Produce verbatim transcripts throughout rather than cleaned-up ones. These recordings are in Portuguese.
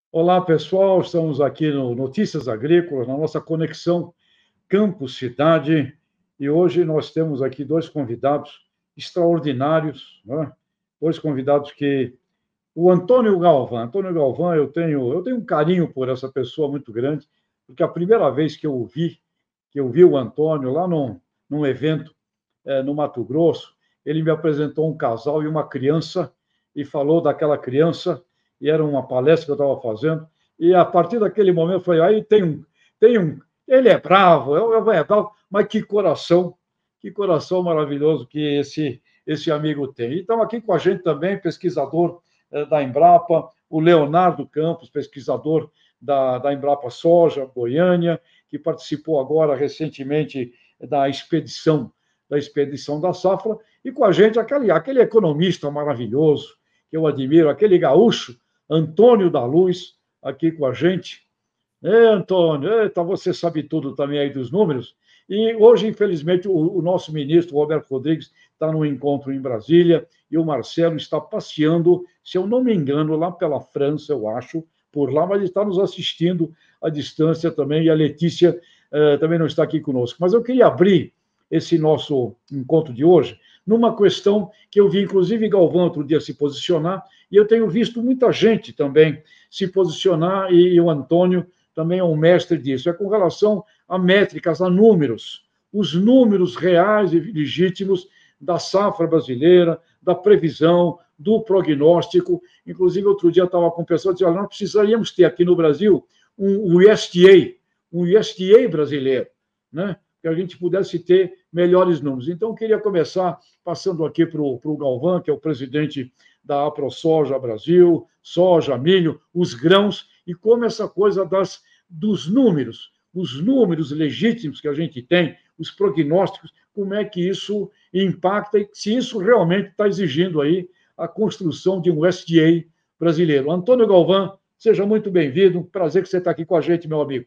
Olá, pessoal. Estamos aqui no Notícias Agrícolas, na nossa conexão campo-cidade, e hoje nós temos aqui dois convidados extraordinários, né? Dois convidados que... O Antônio Galvão. Antônio Galvão, eu tenho, eu tenho um carinho por essa pessoa muito grande, porque a primeira vez que eu o vi, que eu vi o Antônio lá num, num evento é, no Mato Grosso, ele me apresentou um casal e uma criança, e falou daquela criança, e era uma palestra que eu estava fazendo, e a partir daquele momento eu falei, aí tem um, tem um, ele é bravo, é bravo, mas que coração, que coração maravilhoso que esse, esse amigo tem. E estão aqui com a gente também, pesquisador eh, da Embrapa, o Leonardo Campos, pesquisador da, da Embrapa Soja, Goiânia, que participou agora recentemente da expedição, da expedição da safra, e com a gente aquele, aquele economista maravilhoso, que eu admiro, aquele gaúcho, Antônio da Luz, aqui com a gente. É, Antônio, eita, você sabe tudo também aí dos números. E hoje, infelizmente, o, o nosso ministro, Roberto Rodrigues, está no encontro em Brasília, e o Marcelo está passeando, se eu não me engano, lá pela França, eu acho, por lá, mas ele está nos assistindo à distância também, e a Letícia eh, também não está aqui conosco. Mas eu queria abrir esse nosso encontro de hoje numa questão que eu vi, inclusive, Galvão outro dia se posicionar, e eu tenho visto muita gente também se posicionar, e, e o Antônio também é um mestre disso, é com relação a métricas, a números, os números reais e legítimos da safra brasileira, da previsão, do prognóstico. Inclusive, outro dia eu estava com pessoas dizendo, nós precisaríamos ter aqui no Brasil um U S D A, um U S D A brasileiro, né? Que a gente pudesse ter melhores números. Então, eu queria começar passando aqui para o Galvão, que é o presidente da AproSoja Brasil, soja, milho, os grãos, e como essa coisa das, dos números, os números legítimos que a gente tem, os prognósticos, como é que isso impacta e se isso realmente está exigindo aí a construção de um U S D A brasileiro. Antônio Galvão, seja muito bem-vindo, prazer que você está aqui com a gente, meu amigo.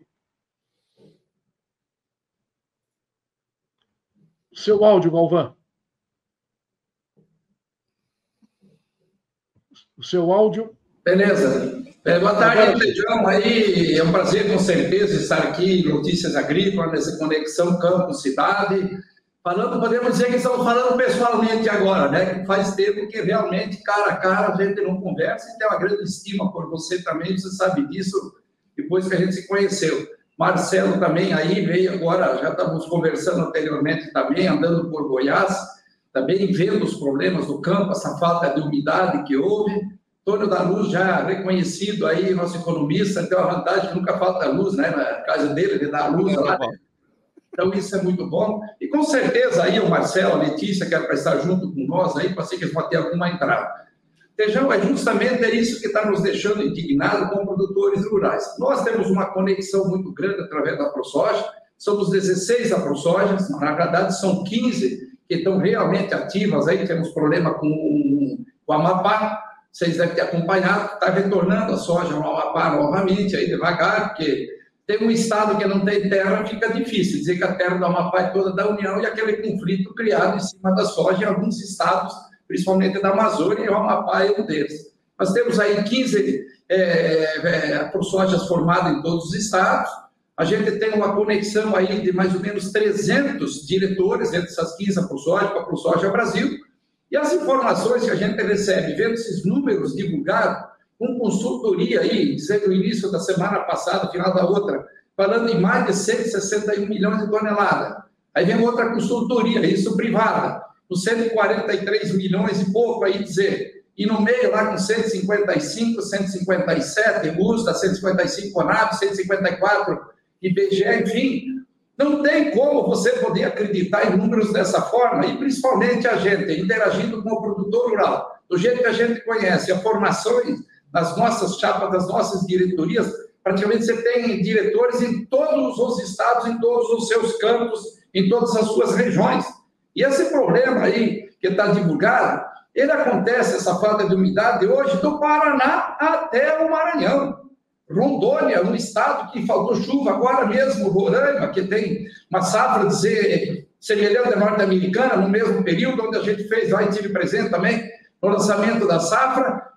Seu áudio, Galvão. O seu áudio. Beleza. É, boa tarde, Feijão. Aí é um prazer, com certeza, estar aqui em Notícias Agrícolas, nessa conexão campo-cidade. Falando, podemos dizer que estamos falando pessoalmente agora, né? Que faz tempo que realmente, cara a cara, a gente não conversa e tem uma grande estima por você também, você sabe disso, depois que a gente se conheceu. Marcelo também aí veio agora, já estávamos conversando anteriormente também, andando por Goiás, também vendo os problemas do campo, essa falta de umidade que houve. Antônio da Luz, já reconhecido aí, nosso economista, tem uma vantagem que nunca falta luz, né? Na casa dele, ele dá luz lá. Então, isso é muito bom. E com certeza aí o Marcelo, a Letícia, que é para estar junto com nós aí, para ser que eles vão ter alguma entrada. Feijão, é justamente isso que está nos deixando indignados com produtores rurais. Nós temos uma conexão muito grande através da AproSoja, somos dezesseis AproSojas, na verdade são quinze que estão realmente ativas, aí temos problema com o Amapá, vocês devem ter acompanhado, está retornando a soja no Amapá novamente, aí devagar, porque tem um estado que não tem terra, fica difícil dizer que a terra do Amapá é toda da União e aquele conflito criado em cima da soja em alguns estados, principalmente da Amazônia, e o Amapá é um deles. Nós temos aí quinze é, é, AproSojas formadas em todos os estados, a gente tem uma conexão aí de mais ou menos trezentos diretores entre essas quinze AproSoja com a AproSoja Brasil, e as informações que a gente recebe, vendo esses números divulgados, com consultoria aí, dizendo no início da semana passada, final da outra, falando em mais de cento e sessenta e um milhões de toneladas. Aí vem outra consultoria, isso privada, com cento e quarenta e três milhões e pouco aí dizer, e no meio lá com cento e cinquenta e cinco, cento e cinquenta e sete, U S D A, cento e cinquenta e cinco, Conab, cento e cinquenta e quatro, I B G E, enfim, não tem como você poder acreditar em números dessa forma, e principalmente a gente interagindo com o produtor rural, do jeito que a gente conhece, as formações nas nossas chapas, das nossas diretorias, praticamente você tem diretores em todos os estados, em todos os seus campos, em todas as suas regiões. E esse problema aí, que está divulgado, ele acontece, essa falta de umidade, hoje, do Paraná até o Maranhão. Rondônia, um estado que faltou chuva, agora mesmo Roraima, que tem uma safra de semelhante à norte-americana, no mesmo período onde a gente fez, lá estive presente também, no lançamento da safra,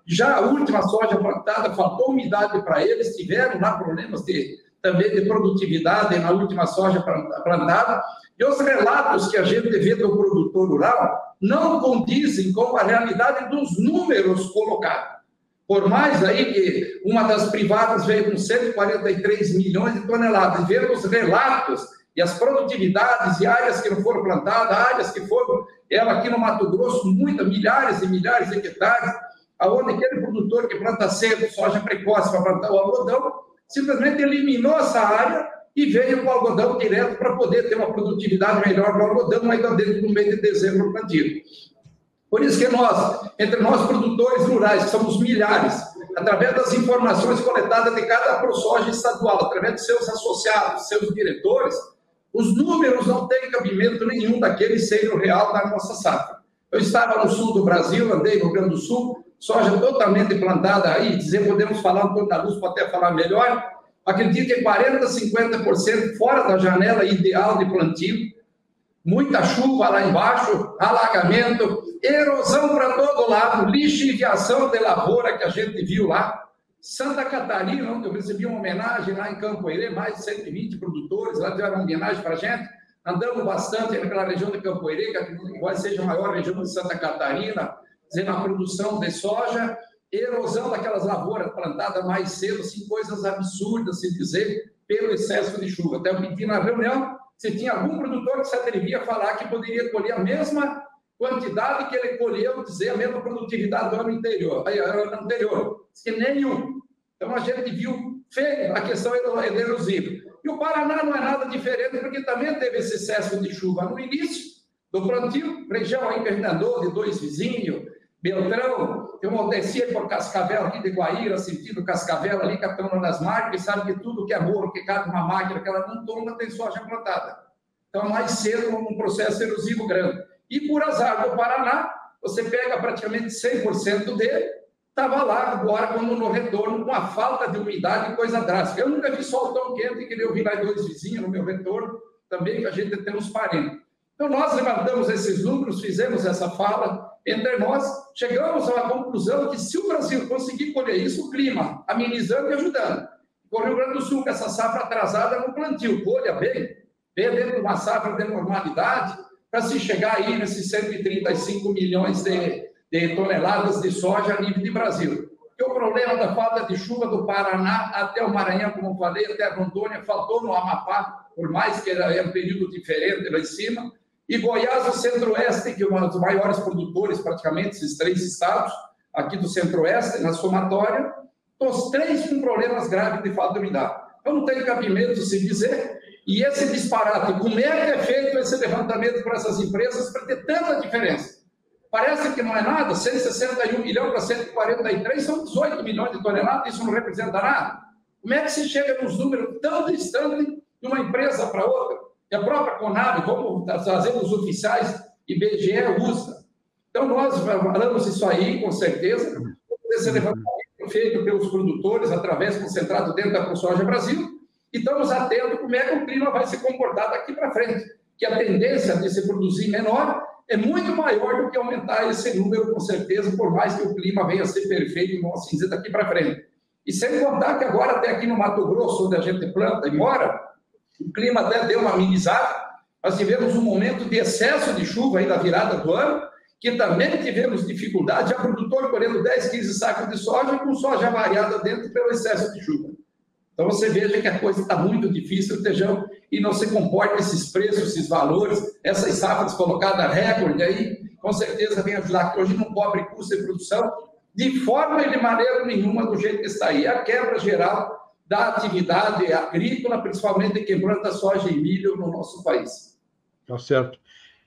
Já a última soja plantada, faltou umidade para eles, tiveram lá problemas de, também de produtividade na última soja plantada, e os relatos que a gente vê do produtor rural não condizem com a realidade dos números colocados. Por mais aí que uma das privadas veio com cento e quarenta e três milhões de toneladas, vendo os relatos e as produtividades e áreas que não foram plantadas, áreas que foram, ela aqui no Mato Grosso, muitas, milhares e milhares de hectares, aonde aquele produtor que planta cedo, soja precoce para plantar o algodão, simplesmente eliminou essa área e veio com o algodão direto para poder ter uma produtividade melhor do algodão ainda dentro do mês de dezembro plantio. Por isso que nós, entre nós produtores rurais, que somos milhares, através das informações coletadas de cada ProSoja estadual, através de seus associados, seus diretores, os números não têm cabimento nenhum daquele seio real da nossa safra. Eu estava no sul do Brasil, andei no Rio Grande do Sul, soja totalmente plantada aí, dizer, podemos falar um pouco da luz para até falar melhor, acredito que quarenta, cinquenta por cento fora da janela ideal de plantio, muita chuva lá embaixo, alagamento, erosão para todo lado, lixiviação de lavoura que a gente viu lá. Santa Catarina, onde eu recebi uma homenagem lá em Campo Herê, mais de cento e vinte produtores, lá tiveram uma homenagem para a gente. Andamos bastante naquela região de Campo Herê, que igual seja a maior região de Santa Catarina, dizendo a produção de soja, erosão daquelas lavouras plantadas mais cedo, assim, coisas absurdas, se dizer, pelo excesso de chuva. Até eu pedi na reunião se tinha algum produtor que se atrevia a falar que poderia colher a mesma quantidade que ele colheu, dizer a mesma produtividade do ano anterior. Aí, ano anterior. Se nenhum. Então, a gente viu feio a questão erosiva. E o Paraná não é nada diferente, porque também teve esse excesso de chuva no início do plantio, região aí que a gente andou, de dois vizinhos, Beltrão, tem uma descia por Cascavel aqui de Guaíra, sentido Cascavel ali, Capitão das Marcas, sabe que tudo que é morro, que cabe uma máquina que ela não toma, tem soja plantada. Então, mais cedo, um processo erosivo grande. E por azar do Paraná, você pega praticamente cem por cento dele, estava lá agora, como no retorno, com a falta de umidade e coisa drástica. Eu nunca vi sol tão quente que eu vi lá dois vizinhos no meu retorno, também que a gente tem uns parentes. Então, nós levantamos esses números, fizemos essa fala entre nós, chegamos à conclusão que se o Brasil conseguir colher isso, o clima amenizando e ajudando. O Rio Grande do Sul, com essa safra atrasada no plantio, colha bem, bem dentro de uma safra de normalidade, para se chegar aí nesses cento e trinta e cinco milhões de, de toneladas de soja a nível de Brasil. E o problema da falta de chuva do Paraná até o Maranhão, como eu falei, até a Rondônia, faltou no Amapá, por mais que era um período diferente lá em cima, e Goiás, o Centro-Oeste, que é um dos maiores produtores, praticamente, esses três estados, aqui do Centro-Oeste, na somatória, os três com problemas graves de falta de umidade. Eu não tenho cabimento se dizer, e esse disparate, como é que é feito esse levantamento para essas empresas para ter tanta diferença? Parece que não é nada, cento e sessenta e um milhões para cento e quarenta e três, são dezoito milhões de toneladas, isso não representa nada. Como é que se chega nos números tão distantes de uma empresa para outra? E a própria Conab, como trazemos os oficiais, I B G E usa. Então, nós falamos isso aí, com certeza, esse levantamento feito pelos produtores, através concentrado dentro da ProSoja Brasil, e estamos atentos como é que o clima vai se comportar daqui para frente, que a tendência de se produzir menor é muito maior do que aumentar esse número, com certeza, por mais que o clima venha a ser perfeito, vamos assim dizer, daqui para frente. E sem contar que agora, até aqui no Mato Grosso, onde a gente planta e mora, o clima até deu uma amenizada, nós tivemos um momento de excesso de chuva aí na virada do ano, que também tivemos dificuldade, a produtor colhendo dez, quinze sacos de soja com soja variada dentro pelo excesso de chuva. Então você veja que a coisa está muito difícil, Tejão, e não se comporta esses preços, esses valores, essas safras colocadas recorde aí, com certeza vem ajudar, que hoje não cobre custo de produção, de forma e de maneira nenhuma do jeito que está aí. A quebra geral da atividade agrícola, principalmente quem planta soja e milho no nosso país. Tá certo.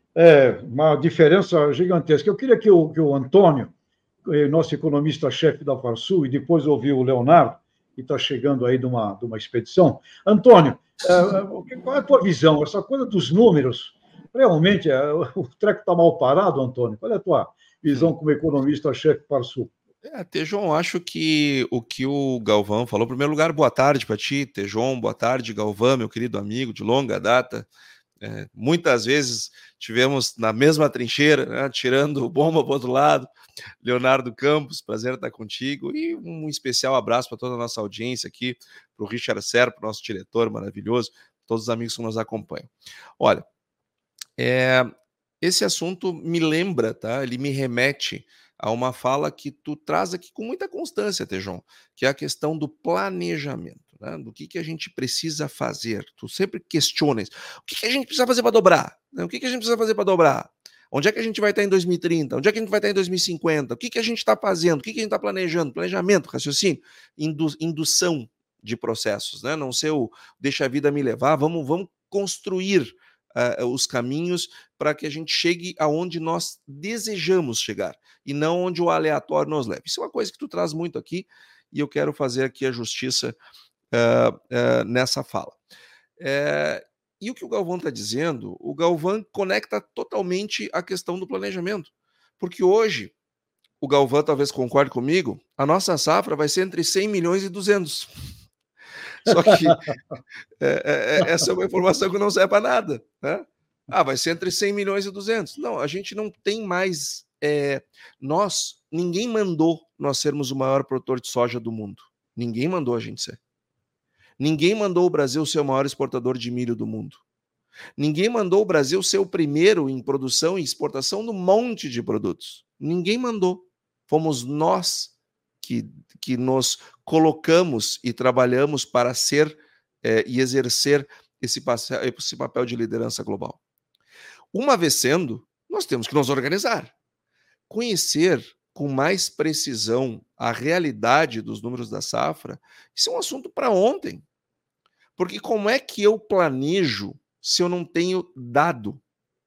É uma diferença gigantesca. Eu queria que o, que o Antônio, nosso economista-chefe da Farsul, e depois ouvir o Leonardo, que está chegando aí de uma, de uma expedição. Antônio, é, qual é a tua visão? Essa coisa dos números, realmente, é, o treco está mal parado, Antônio? Qual é a tua visão como economista-chefe Farsul? É, Tejon, acho que o que o Galvão falou, em primeiro lugar, boa tarde para ti, Tejon, boa tarde, Galvão, meu querido amigo de longa data. É, muitas vezes tivemos na mesma trincheira, né, tirando bomba para o outro lado. Leonardo Campos, prazer estar contigo, e um especial abraço para toda a nossa audiência aqui, para o Richard Serpa, nosso diretor maravilhoso, todos os amigos que nos acompanham. Olha, é, esse assunto me lembra, tá? Ele me remete a uma fala que tu traz aqui com muita constância, Tejon, que é a questão do planejamento, né? Do que, que a gente precisa fazer. Tu sempre questionas, o que, que a gente precisa fazer para dobrar? O que, que a gente precisa fazer para dobrar? Onde é que a gente vai estar em dois mil e trinta? Onde é que a gente vai estar em dois mil e cinquenta? O que, que a gente está fazendo? O que, que a gente está planejando? Planejamento, raciocínio, indu indução de processos, né? Não ser o deixa a vida me levar, vamos, vamos construir uh, os caminhos para que a gente chegue aonde nós desejamos chegar e não onde o aleatório nos leva. Isso é uma coisa que tu traz muito aqui e eu quero fazer aqui a justiça uh, uh, nessa fala. É, e o que o Galvão está dizendo, o Galvão conecta totalmente a questão do planejamento. Porque hoje, o Galvão talvez concorde comigo, a nossa safra vai ser entre cem milhões e duzentos. Só que é, é, essa é uma informação que não serve para nada, né? Ah, vai ser entre cem milhões e duzentos. Não, a gente não tem mais... É, nós, ninguém mandou nós sermos o maior produtor de soja do mundo. Ninguém mandou a gente ser. Ninguém mandou o Brasil ser o maior exportador de milho do mundo. Ninguém mandou o Brasil ser o primeiro em produção e exportação de um monte de produtos. Ninguém mandou. Fomos nós que, que nos colocamos e trabalhamos para ser é, e exercer esse, esse papel de liderança global. Uma vez sendo, nós temos que nos organizar. Conhecer com mais precisão a realidade dos números da safra, isso é um assunto para ontem. Porque como é que eu planejo se eu não tenho dado?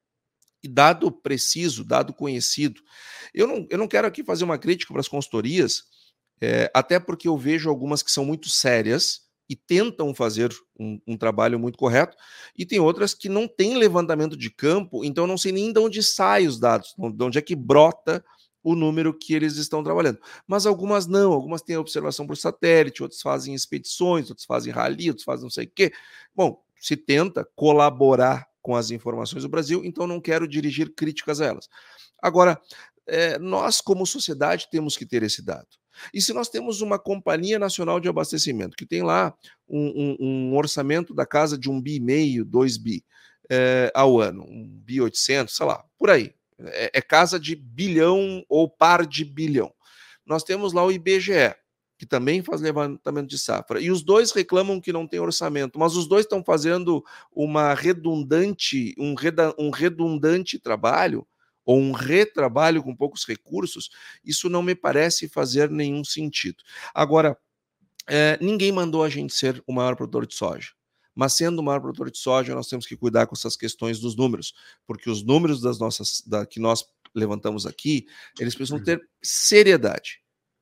E dado preciso, dado conhecido. Eu não, eu não quero aqui fazer uma crítica para as consultorias, é, até porque eu vejo algumas que são muito sérias e tentam fazer um, um trabalho muito correto, e tem outras que não têm levantamento de campo, então eu não sei nem de onde saem os dados, de onde é que brota o número que eles estão trabalhando. Mas algumas não, algumas têm observação por satélite, outras fazem expedições, outros fazem rally, outros fazem não sei o quê. Bom, se tenta colaborar com as informações do Brasil, então não quero dirigir críticas a elas. Agora, é, nós como sociedade temos que ter esse dado. E se nós temos uma Companhia Nacional de Abastecimento, que tem lá um, um, um orçamento da casa de um bi e meio, dois bi é, ao ano, um bi oitocentos, sei lá, por aí, é, é casa de bilhão ou par de bilhão. Nós temos lá o I B G E, que também faz levantamento de safra, e os dois reclamam que não tem orçamento, mas os dois estão fazendo uma redundante, um, reda, um redundante trabalho, ou um retrabalho com poucos recursos. Isso não me parece fazer nenhum sentido. Agora, é, ninguém mandou a gente ser o maior produtor de soja, mas sendo o maior produtor de soja, nós temos que cuidar com essas questões dos números, porque os números das nossas, da, que nós levantamos aqui, eles precisam ter seriedade.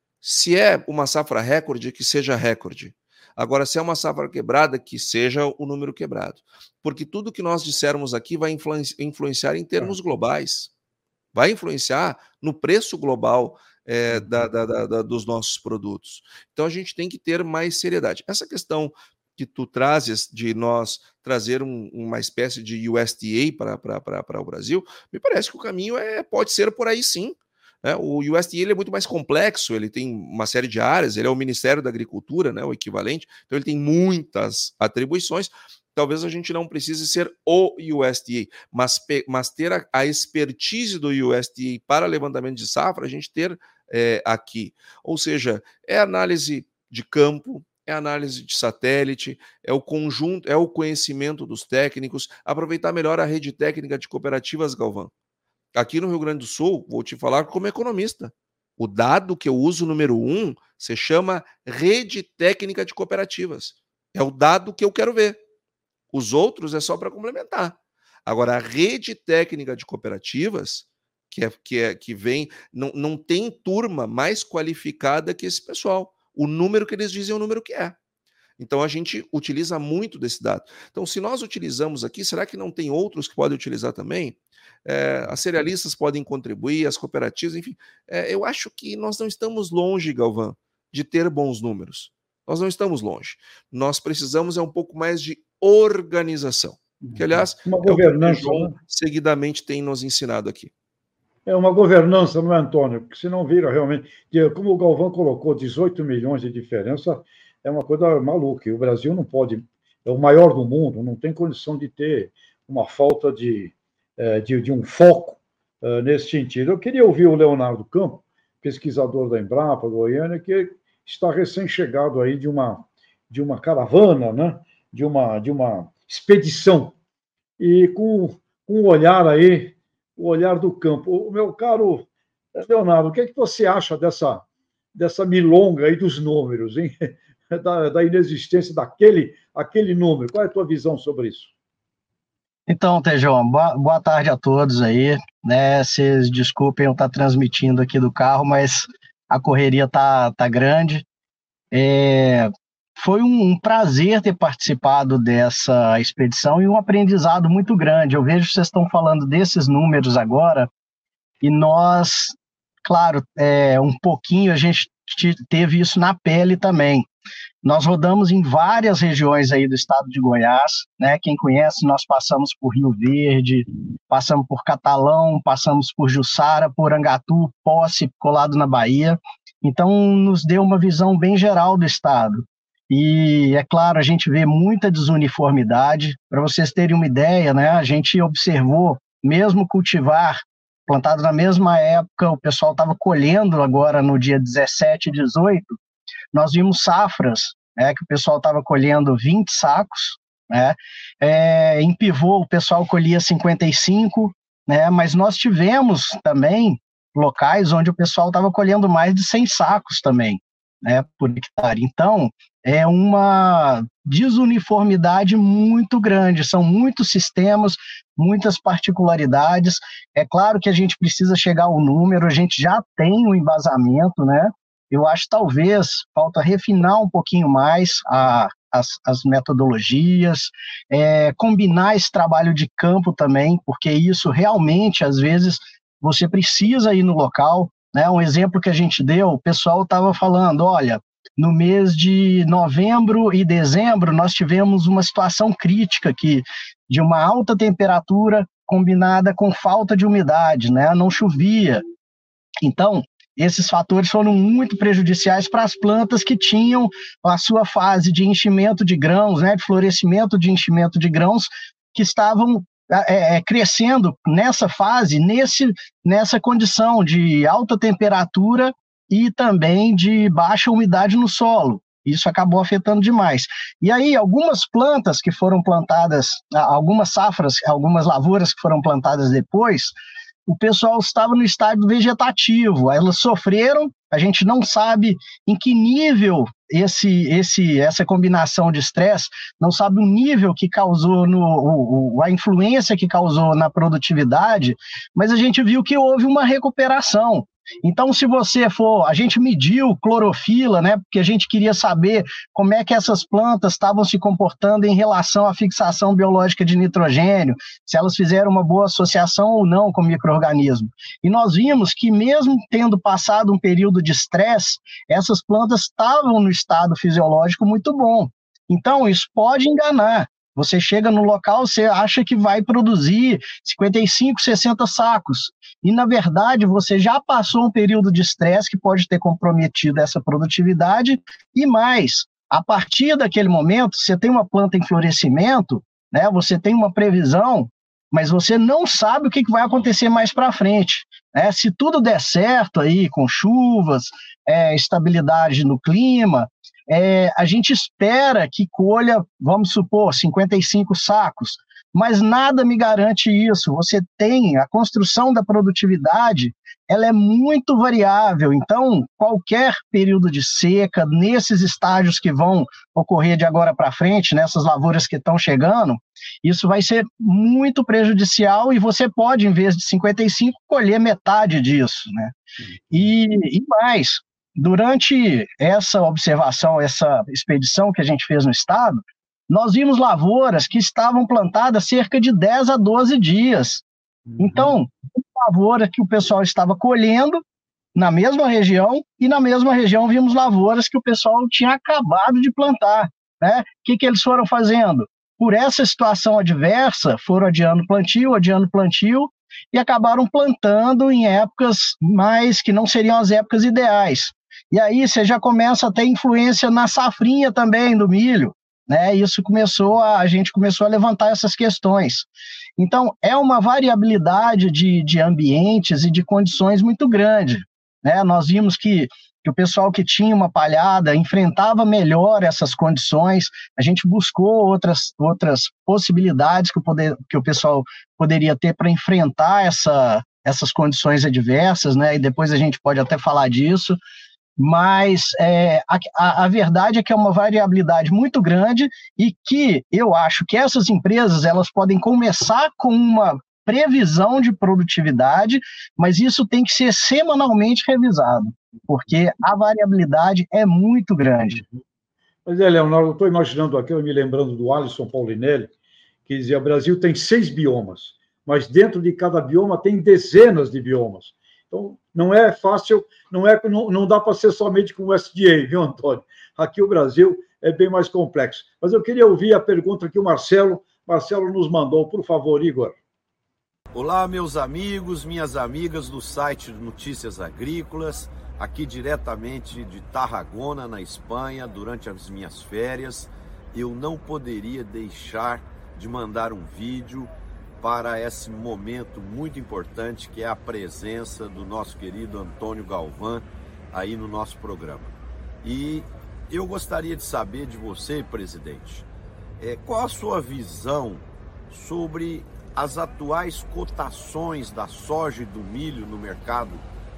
Se é uma safra recorde, que seja recorde. Agora, se é uma safra quebrada, que seja o número quebrado. Porque tudo que nós dissermos aqui vai influenciar em termos globais. Vai influenciar no preço global é, da, da, da, dos nossos produtos. Então, a gente tem que ter mais seriedade. Essa questão que tu trazes de nós trazer um, uma espécie de U S D A para o Brasil, me parece que o caminho é, pode ser por aí sim. É, o U S D A ele é muito mais complexo, ele tem uma série de áreas, ele é o Ministério da Agricultura, né, o equivalente, então ele tem muitas atribuições. Talvez a gente não precise ser o U S D A, mas, mas ter a, a expertise do U S D A para levantamento de safra, a gente ter é, aqui. Ou seja, é análise de campo, é análise de satélite, é o conjunto, é o conhecimento dos técnicos, aproveitar melhor a rede técnica de cooperativas, Galvão. Aqui no Rio Grande do Sul, vou te falar como economista, o dado que eu uso número um se chama Rede Técnica de Cooperativas. É o dado que eu quero ver. Os outros é só para complementar. Agora, a Rede Técnica de Cooperativas, que, é, que, é, que vem, não, não tem turma mais qualificada que esse pessoal. O número que eles dizem é o número que é. Então, a gente utiliza muito desse dado. Então, se nós utilizamos aqui, será que não tem outros que podem utilizar também? É, as cerealistas podem contribuir, as cooperativas, enfim. É, eu acho que nós não estamos longe, Galvão, de ter bons números. Nós não estamos longe. Nós precisamos é um pouco mais de organização. que, aliás, uma é governança, o que o João né? seguidamente tem nos ensinado aqui. É uma governança, não é, Antônio? Porque se não vira realmente... Como o Galvão colocou, dezoito milhões de diferença é uma coisa maluca. E o Brasil não pode... É o maior do mundo, não tem condição de ter uma falta de, de, de um foco uh, nesse sentido. Eu queria ouvir o Leonardo Campos, pesquisador da Embrapa, Goiânia, que está recém-chegado aí de uma, de uma caravana, né? de, uma, de uma expedição, e com, com um olhar aí, o olhar do campo. O meu caro Leonardo, o que é que você acha dessa, dessa milonga aí dos números, hein? Da, da inexistência daquele aquele número? Qual é a tua visão sobre isso? Então, Tejão, boa, boa tarde a todos aí, né? Vocês desculpem eu estar transmitindo aqui do carro, mas a correria tá, tá grande. É, foi um, um prazer ter participado dessa expedição e um aprendizado muito grande. Eu vejo que vocês estão falando desses números agora, e nós, claro, é, um pouquinho a gente teve isso na pele também. Nós rodamos em várias regiões aí do estado de Goiás, né? Quem conhece, nós passamos por Rio Verde, passamos por Catalão, passamos por Jussara, por Angatu, Posse, colado na Bahia. Então, nos deu uma visão bem geral do estado. E, é claro, a gente vê muita desuniformidade. Para vocês terem uma ideia, né? A gente observou, mesmo cultivar, plantado na mesma época, o pessoal estava colhendo agora no dia dezessete e dezoito, nós vimos safras, né, que o pessoal estava colhendo vinte sacos, né, é, em pivô o pessoal colhia cinquenta e cinco, né, mas nós tivemos também locais onde o pessoal estava colhendo mais de cem sacos também, né, por hectare. Então, é uma desuniformidade muito grande, são muitos sistemas, muitas particularidades. É claro que a gente precisa chegar ao número, a gente já tem um embasamento, né? Eu acho que talvez falta refinar um pouquinho mais a, as, as metodologias, é, combinar esse trabalho de campo também, porque isso realmente, às vezes, você precisa ir no local, né? Um exemplo que a gente deu, o pessoal estava falando, olha, no mês de novembro e dezembro, nós tivemos uma situação crítica aqui, de uma alta temperatura combinada com falta de umidade, né? Não chovia. Então, esses fatores foram muito prejudiciais para as plantas que tinham a sua fase de enchimento de grãos, né, de florescimento de enchimento de grãos, que estavam é, crescendo nessa fase, nesse, nessa condição de alta temperatura e também de baixa umidade no solo. Isso acabou afetando demais. E aí, algumas plantas que foram plantadas, algumas safras, algumas lavouras que foram plantadas depois, o pessoal estava no estágio vegetativo, elas sofreram, a gente não sabe em que nível esse, esse, essa combinação de estresse, não sabe o nível que causou, no, o, o, a influência que causou na produtividade, mas a gente viu que houve uma recuperação. Então, se você for, a gente mediu clorofila, né, porque a gente queria saber como é que essas plantas estavam se comportando em relação à fixação biológica de nitrogênio, se elas fizeram uma boa associação ou não com o micro-organismo. E nós vimos que mesmo tendo passado um período de estresse, essas plantas estavam no estado fisiológico muito bom. Então, isso pode enganar. Você chega no local, você acha que vai produzir cinquenta e cinco, sessenta sacos. E, na verdade, você já passou um período de estresse que pode ter comprometido essa produtividade. E mais, a partir daquele momento, você tem uma planta em florescimento, né, você tem uma previsão, mas você não sabe o que vai acontecer mais para frente. Né? Se tudo der certo aí, com chuvas, é, estabilidade no clima, é, a gente espera que colha, vamos supor, cinquenta e cinco sacos, mas nada me garante isso. Você tem a construção da produtividade, ela é muito variável, então qualquer período de seca, nesses estágios que vão ocorrer de agora para frente, nessas lavouras que estão chegando, isso vai ser muito prejudicial e você pode, em vez de cinquenta e cinco, colher metade disso, né? E, e mais, durante essa observação, essa expedição que a gente fez no estado, nós vimos lavouras que estavam plantadas cerca de dez a doze dias. Então, uma lavoura que o pessoal estava colhendo na mesma região, e na mesma região vimos lavouras que o pessoal tinha acabado de plantar. Né? O que, que eles foram fazendo? por essa situação adversa, foram adiando plantio, adiando plantio, e acabaram plantando em épocas mais que não seriam as épocas ideais. E aí você já começa a ter influência na safrinha também do milho, né? Isso começou a, a gente começou a levantar essas questões. Então, é uma variabilidade de, de ambientes e de condições muito grande, né? Nós vimos que, que o pessoal que tinha uma palhada enfrentava melhor essas condições, a gente buscou outras, outras possibilidades que o, poder, que o pessoal poderia ter para enfrentar essa, essas condições adversas, né? E depois a gente pode até falar disso, mas é, a, a verdade é que é uma variabilidade muito grande e que eu acho que essas empresas elas podem começar com uma previsão de produtividade, mas isso tem que ser semanalmente revisado, porque a variabilidade é muito grande. Mas é, Leonardo, eu estou imaginando aqui, eu me lembrando do Alisson Paulinelli, que dizia, o Brasil tem seis biomas, mas dentro de cada bioma tem dezenas de biomas. Então, não é fácil, não, é, não, não dá para ser somente com o S D A, viu, Antônio? Aqui o Brasil é bem mais complexo. Mas eu queria ouvir a pergunta que o Marcelo, Marcelo nos mandou. Por favor, Igor. Olá, meus amigos, minhas amigas do site Notícias Agrícolas, aqui diretamente de Tarragona, na Espanha, durante as minhas férias. Eu não poderia deixar de mandar um vídeo para esse momento muito importante que é a presença do nosso querido Antônio Galvão aí no nosso programa. E eu gostaria de saber de você, presidente, é, qual a sua visão sobre as atuais cotações da soja e do milho no mercado,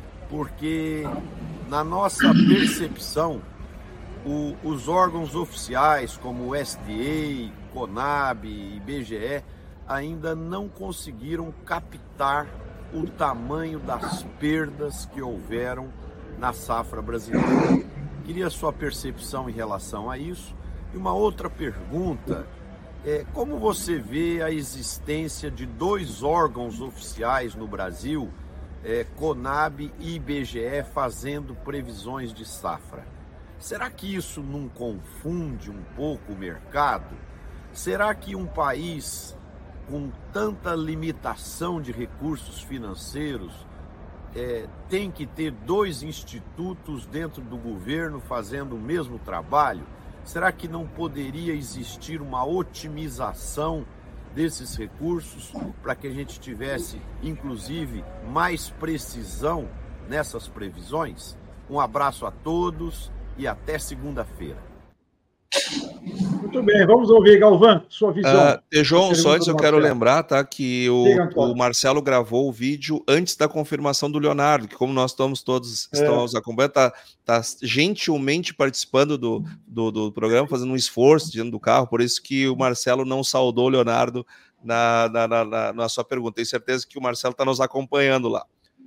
porque na nossa percepção, o, os órgãos oficiais como o S D A, CONAB e I B G E ainda não conseguiram captar o tamanho das perdas que houveram na safra brasileira. Queria a sua percepção em relação a isso. E uma outra pergunta, é, como você vê a existência de dois órgãos oficiais no Brasil, é, CONAB e I B G E, fazendo previsões de safra? Será que isso não confunde um pouco o mercado? Será que um país com tanta limitação de recursos financeiros, é, tem que ter dois institutos dentro do governo fazendo o mesmo trabalho? Será que não poderia existir uma otimização desses recursos para que a gente tivesse, inclusive, mais precisão nessas previsões? Um abraço a todos e até segunda-feira. Muito bem, vamos ouvir, Galvão, sua visão. Uh, Tejon, só antes eu quero lembrar, tá, que o, o Marcelo gravou o vídeo antes da confirmação do Leonardo, que como nós estamos todos é. estamos acompanhando, tá, tá gentilmente participando do, do, do programa, fazendo um esforço dentro do carro, por isso que o Marcelo não saudou o Leonardo na, na, na, na, na sua pergunta. Tenho certeza que o Marcelo está nos acompanhando lá.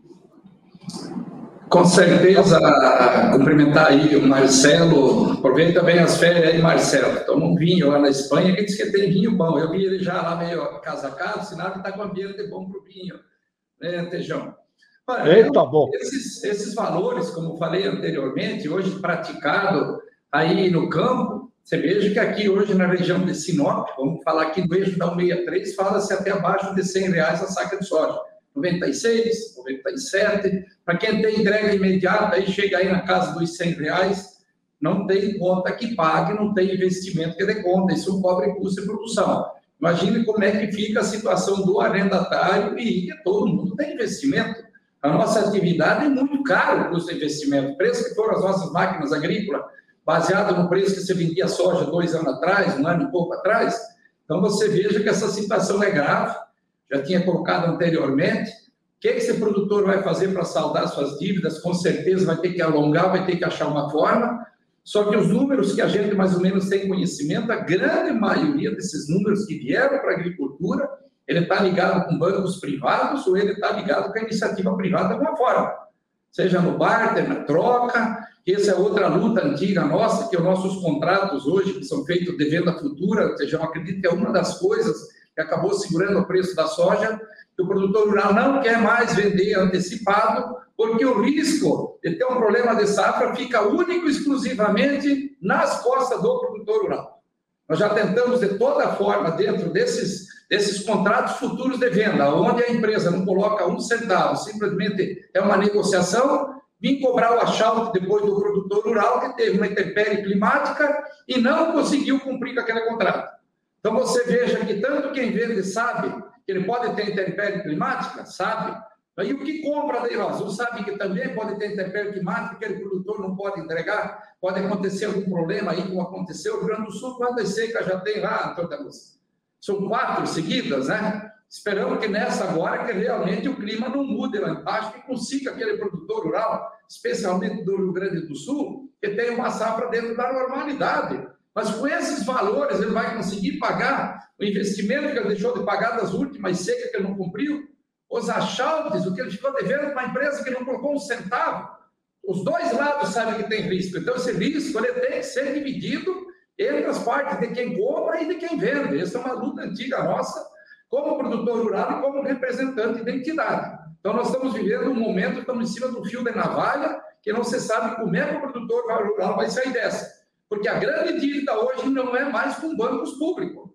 Com certeza, cumprimentar aí o Marcelo. Aproveita bem as férias aí, Marcelo. Toma um vinho lá na Espanha, que diz que tem vinho bom. Eu vi ele já lá meio casacado, sinal que está com ambiente bom para o vinho, né, Tejão? Olha, Eita, bom. Esses, esses valores, como falei anteriormente, hoje praticado aí no campo, você veja que aqui hoje na região de Sinop, vamos falar aqui no eixo da cento e sessenta e três, fala-se até abaixo de cem reais a saca de soja. noventa e seis, noventa e sete, para quem tem entrega imediata, aí chega aí na casa dos cem reais, não tem conta que pague, não tem investimento que dê conta, isso cobre custo de produção. Imagine como é que fica a situação do arrendatário e que todo mundo tem investimento. A nossa atividade é muito caro o custo de investimento. O preço que foram as nossas máquinas agrícolas, baseado no preço que você vendia soja dois anos atrás, um ano e pouco atrás, então você veja que essa situação é grave. Já tinha colocado anteriormente, o que esse produtor vai fazer para saldar suas dívidas? Com certeza vai ter que alongar, vai ter que achar uma forma, só que os números que a gente mais ou menos tem conhecimento, a grande maioria desses números que vieram para a agricultura, ele está ligado com bancos privados ou ele está ligado com a iniciativa privada de alguma forma, seja no barter, na troca, que essa é outra luta antiga nossa, que os nossos contratos hoje, que são feitos de venda futura, ou seja, eu acredito que é uma das coisas que acabou segurando o preço da soja, que o produtor rural não quer mais vender antecipado, porque o risco de ter um problema de safra fica único e exclusivamente nas costas do produtor rural. Nós já tentamos, de toda forma, dentro desses, desses contratos futuros de venda, onde a empresa não coloca um centavo, simplesmente é uma negociação, vir cobrar o achaute depois do produtor rural que teve uma intempérie climática e não conseguiu cumprir com aquele contrato. Então, você veja que tanto quem vende sabe que ele pode ter intempérie climática, sabe? E o que compra daí, nós sabe que também pode ter intempérie climática, aquele produtor não pode entregar, pode acontecer algum problema aí, como aconteceu no Rio Grande do Sul, quantas secas já tem lá, Antônio Lúcia? São quatro seguidas, né? Esperamos que nessa agora, que realmente o clima não mude lá embaixo, que consiga aquele produtor rural, especialmente do Rio Grande do Sul, que tenha uma safra dentro da normalidade. Mas com esses valores, ele vai conseguir pagar o investimento que ele deixou de pagar das últimas secas que ele não cumpriu, os achautes, o que ele ficou devendo para uma empresa que não colocou um centavo. Os dois lados sabem que tem risco. Então, esse risco ele tem que ser dividido entre as partes de quem compra e de quem vende. Essa é uma luta antiga nossa, como produtor rural e como representante de entidade. Então, nós estamos vivendo um momento, estamos em cima do fio de navalha, que não se sabe como é que o produtor rural vai sair dessa. Porque a grande dívida hoje não é mais com bancos públicos.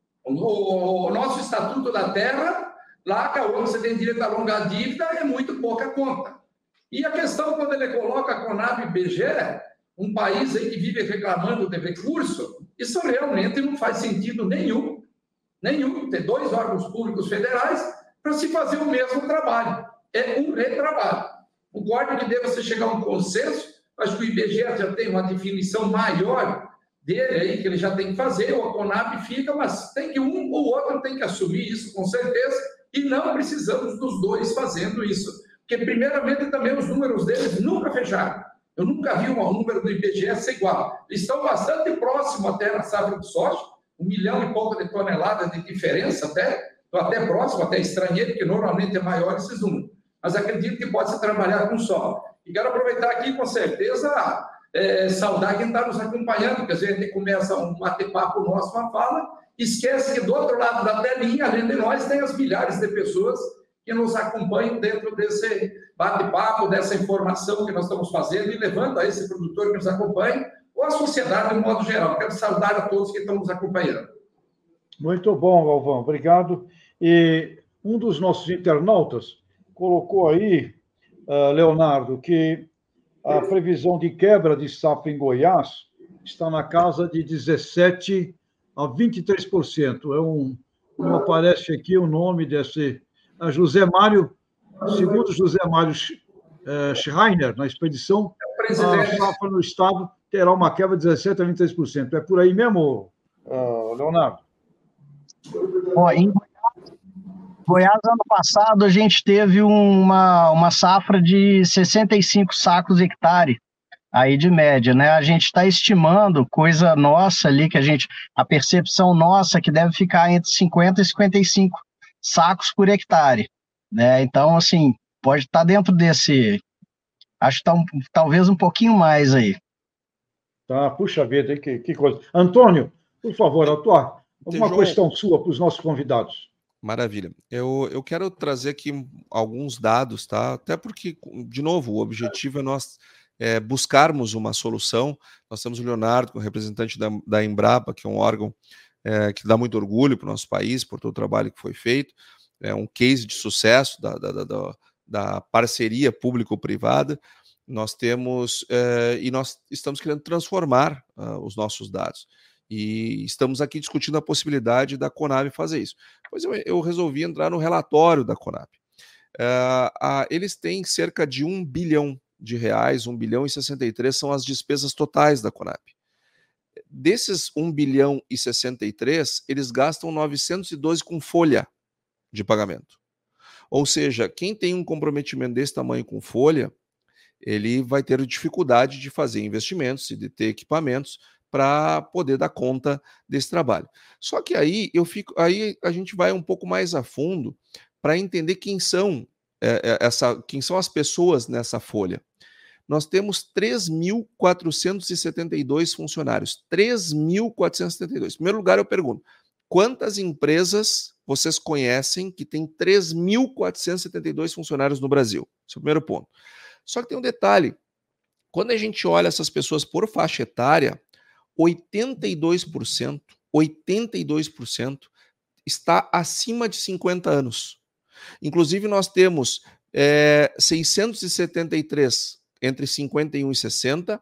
O, o nosso Estatuto da Terra, lá que onde você tem direito a alongar a dívida, é muito pouca conta. E a questão, quando ele coloca a Conab e B G E, um país aí que vive reclamando de recurso, isso realmente não faz sentido nenhum, nenhum, ter dois órgãos públicos federais para se fazer o mesmo trabalho. É um retrabalho. Concordo que deva se chegar a um consenso. Acho que o I B G E já tem uma definição maior dele aí, que ele já tem que fazer, ou a Conab fica, mas tem que um ou outro tem que assumir isso, com certeza, e não precisamos dos dois fazendo isso. Porque, primeiramente, também os números deles nunca fecharam. Eu nunca vi um número do I B G E ser igual. Eles estão bastante próximos até na safra de soja, um milhão e pouco de toneladas de diferença até, estou até próximo, até estrangeiro, porque normalmente é maior esses números. Mas acredito que pode se trabalhar com só. E quero aproveitar aqui, com certeza, é, saudar quem está nos acompanhando, porque a gente começa um bate-papo nosso, uma fala, esquece que do outro lado da telinha, além de nós, tem as milhares de pessoas que nos acompanham dentro desse bate-papo, dessa informação que nós estamos fazendo e levando a esse produtor que nos acompanha, ou a sociedade de modo geral. Quero saudar a todos que estão nos acompanhando. Muito bom, Galvão, obrigado. E um dos nossos internautas colocou aí, uh, Leonardo, que a previsão de quebra de safra em Goiás está na casa de dezessete a vinte e três por cento. É um, não aparece aqui o nome desse... Uh, José Mário, segundo José Mário uh, Schreiner, na expedição, a safra no estado terá uma quebra de dezessete a vinte e três por cento. É por aí mesmo, uh, Leonardo? Ó, em Goiás, ano passado, a gente teve uma, uma safra de sessenta e cinco sacos hectare, aí de média, né? A gente está estimando, coisa nossa ali, que a gente, a percepção nossa, que deve ficar entre cinquenta e cinquenta e cinco sacos por hectare, né? Então, assim, pode estar tá dentro desse, acho que tá um, talvez um pouquinho mais aí. Tá, puxa vida, que, que coisa. Antônio, por favor, a tua, alguma João... questão sua para os nossos convidados. Maravilha. Eu, eu quero trazer aqui alguns dados, tá? Até porque, de novo, o objetivo é nós é, buscarmos uma solução. Nós temos o Leonardo, que é o representante da, da Embrapa, que é um órgão é, que dá muito orgulho para o nosso país, por todo o trabalho que foi feito. É um case de sucesso da, da, da, da parceria público-privada. Nós temos, é, e nós estamos querendo transformar uh, os nossos dados. E estamos aqui discutindo a possibilidade da Conab fazer isso. Pois eu, eu resolvi entrar no relatório da Conab. Uh, uh, eles têm cerca de um bilhão de reais, um bilhão e sessenta e três são as despesas totais da Conab. Desses um bilhão e sessenta e três, eles gastam novecentos e doze com folha de pagamento. Ou seja, quem tem um comprometimento desse tamanho com folha, ele vai ter dificuldade de fazer investimentos e de ter equipamentos para poder dar conta desse trabalho. Só que aí eu fico, aí a gente vai um pouco mais a fundo para entender quem são é, essa, quem são as pessoas nessa folha. Nós temos três mil quatrocentos e setenta e dois funcionários. três mil quatrocentos e setenta e dois. Em primeiro lugar, eu pergunto: quantas empresas vocês conhecem que tem três mil quatrocentos e setenta e dois funcionários no Brasil? Esse é o primeiro ponto. Só que tem um detalhe. Quando a gente olha essas pessoas por faixa etária, oitenta e dois por cento, oitenta e dois por cento está acima de cinquenta anos. Inclusive, nós temos é, seiscentos e setenta e três entre cinquenta e um e sessenta,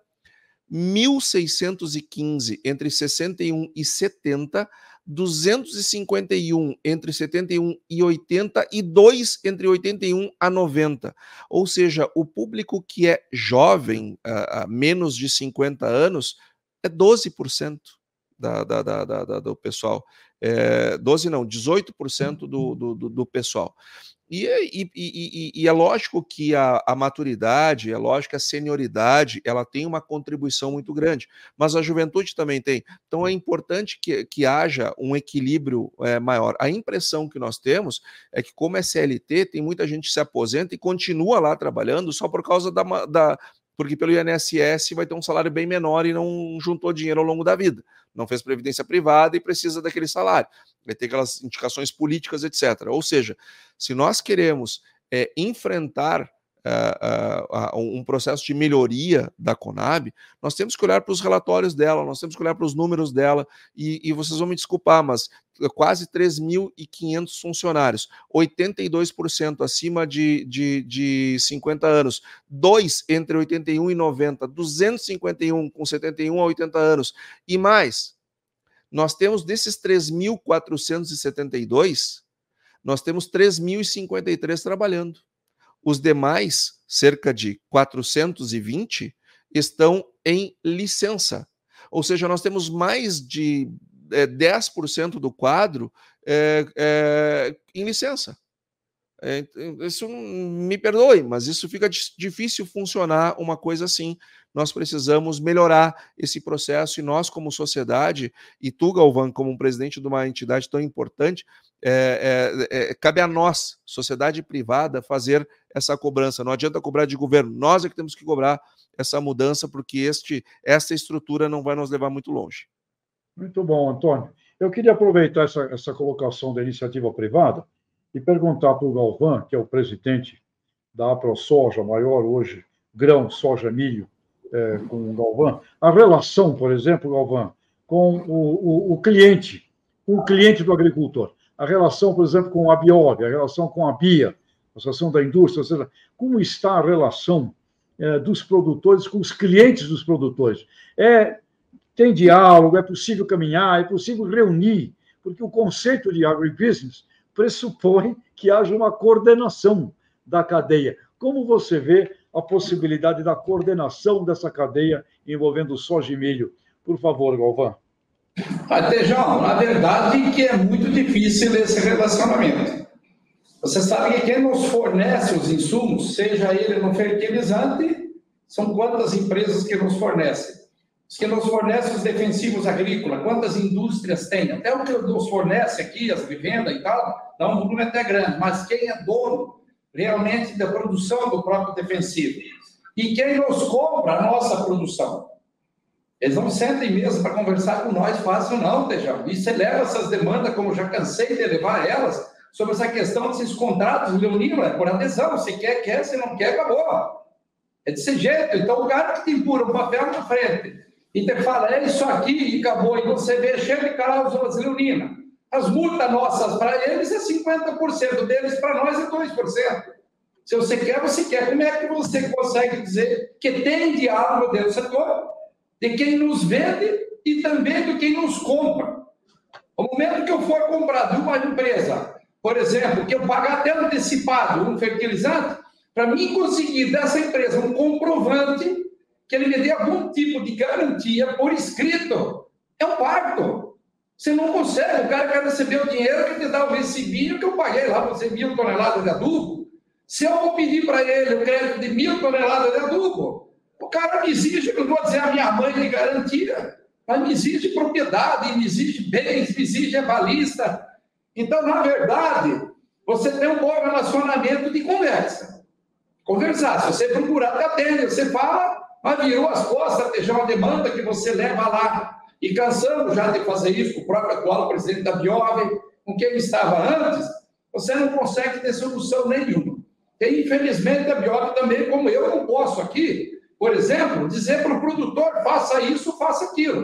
mil seiscentos e quinze entre sessenta e um e setenta, duzentos e cinquenta e um entre setenta e um e oitenta e dois entre oitenta e um a noventa. Ou seja, o público que é jovem, a, a menos de cinquenta anos, é doze por cento da, da, da, da, do pessoal. É, doze não, dezoito por cento do, do, do pessoal. E, e, e, e é lógico que a, a maturidade, é lógico que a senioridade, ela tem uma contribuição muito grande, mas a juventude também tem. Então é importante que, que haja um equilíbrio é, maior. A impressão que nós temos é que, como é C L T, tem muita gente que se aposenta e continua lá trabalhando só por causa da... da porque pelo I N S S vai ter um salário bem menor e não juntou dinheiro ao longo da vida. Não fez previdência privada e precisa daquele salário. Vai ter aquelas indicações políticas, etcétera. Ou seja, se nós queremos é, enfrentar uh, uh, uh, um processo de melhoria da Conab, nós temos que olhar para os relatórios dela, nós temos que olhar para os números dela, e, e vocês vão me desculpar, mas quase três mil e quinhentos funcionários, oitenta e dois por cento acima de, de, de cinquenta anos, dois entre oitenta e um e noventa, duzentos e cinquenta e um com setenta e um a oitenta anos, e mais, nós temos desses três mil quatrocentos e setenta e dois, nós temos três mil e cinquenta e três trabalhando. Os demais, cerca de quatrocentos e vinte, estão em licença. Ou seja, nós temos mais de é, dez por cento do quadro é, é, em licença. É, isso, me perdoe, mas isso fica difícil funcionar uma coisa assim. Nós precisamos melhorar esse processo e nós, como sociedade, e tu, Galvão, como um presidente de uma entidade tão importante, é, é, é, cabe a nós, sociedade privada, fazer essa cobrança. Não adianta cobrar de governo, nós é que temos que cobrar essa mudança, porque este, essa estrutura não vai nos levar muito longe. Muito bom, Antônio. Eu queria aproveitar essa, essa colocação da iniciativa privada e perguntar para o Galvão, que é o presidente da AproSoja, maior hoje, grão, soja, milho, é, com o Galvão, a relação, por exemplo, Galvão, com o, o, o cliente, o cliente do agricultor, a relação, por exemplo, com a Biov, a relação com a BIA, a Associação da Indústria, ou seja, como está a relação é, dos produtores com os clientes dos produtores? É, tem diálogo, é possível caminhar, é possível reunir, porque o conceito de agribusiness pressupõe que haja uma coordenação da cadeia. Como você vê a possibilidade da coordenação dessa cadeia envolvendo soja e milho? Por favor, Galvão. Tejão, na verdade que é muito difícil esse relacionamento. Você sabe que quem nos fornece os insumos, seja ele no fertilizante, são quantas empresas que nos fornecem? Os que nos fornecem os defensivos agrícolas, quantas indústrias tem? Até o que nos fornece aqui, as vivendas e tal, dá um volume até grande, mas quem é dono realmente da produção do próprio defensivo? E quem nos compra a nossa produção? Eles não sentem mesmo para conversar com nós, fácil não, Tejão. E você leva essas demandas, como eu já cansei de levar elas, sobre essa questão desses contratos, Leonino, é por adesão, se quer, quer, se não quer, acabou. É desse jeito. Então, o cara que te empurra o papel na frente e te fala, é isso aqui, e acabou, e você vê cheio de cláusulas leoninas. As multas nossas para eles é cinquenta por cento, deles para nós é dois por cento. Se você quer, você quer. Como é que você consegue dizer que tem diálogo dentro do setor, de quem nos vende e também de quem nos compra? No momento que eu for comprar de uma empresa, por exemplo, que eu pagar até antecipado um fertilizante, para mim conseguir dessa empresa um comprovante que ele me dê algum tipo de garantia por escrito, é um parto. Você não consegue, o cara quer receber o dinheiro que te dá o recibinho que eu paguei lá, você mil toneladas de adubo. Se eu vou pedir para ele o crédito de mil toneladas de adubo, o cara me exige, eu não vou dizer a minha mãe de garantia, mas me exige propriedade, me exige bens, me exige avalista. Então, na verdade, você tem um bom relacionamento de conversa. Conversar, se você procurar, te atende, você fala, mas virou as costas, deixar uma demanda que você leva lá. E cansamos já de fazer isso com o próprio atual presidente da Biov, com quem estava antes, você não consegue ter solução nenhuma. E, infelizmente, a Biov também, como eu, não posso aqui, por exemplo, dizer para o produtor, faça isso, faça aquilo.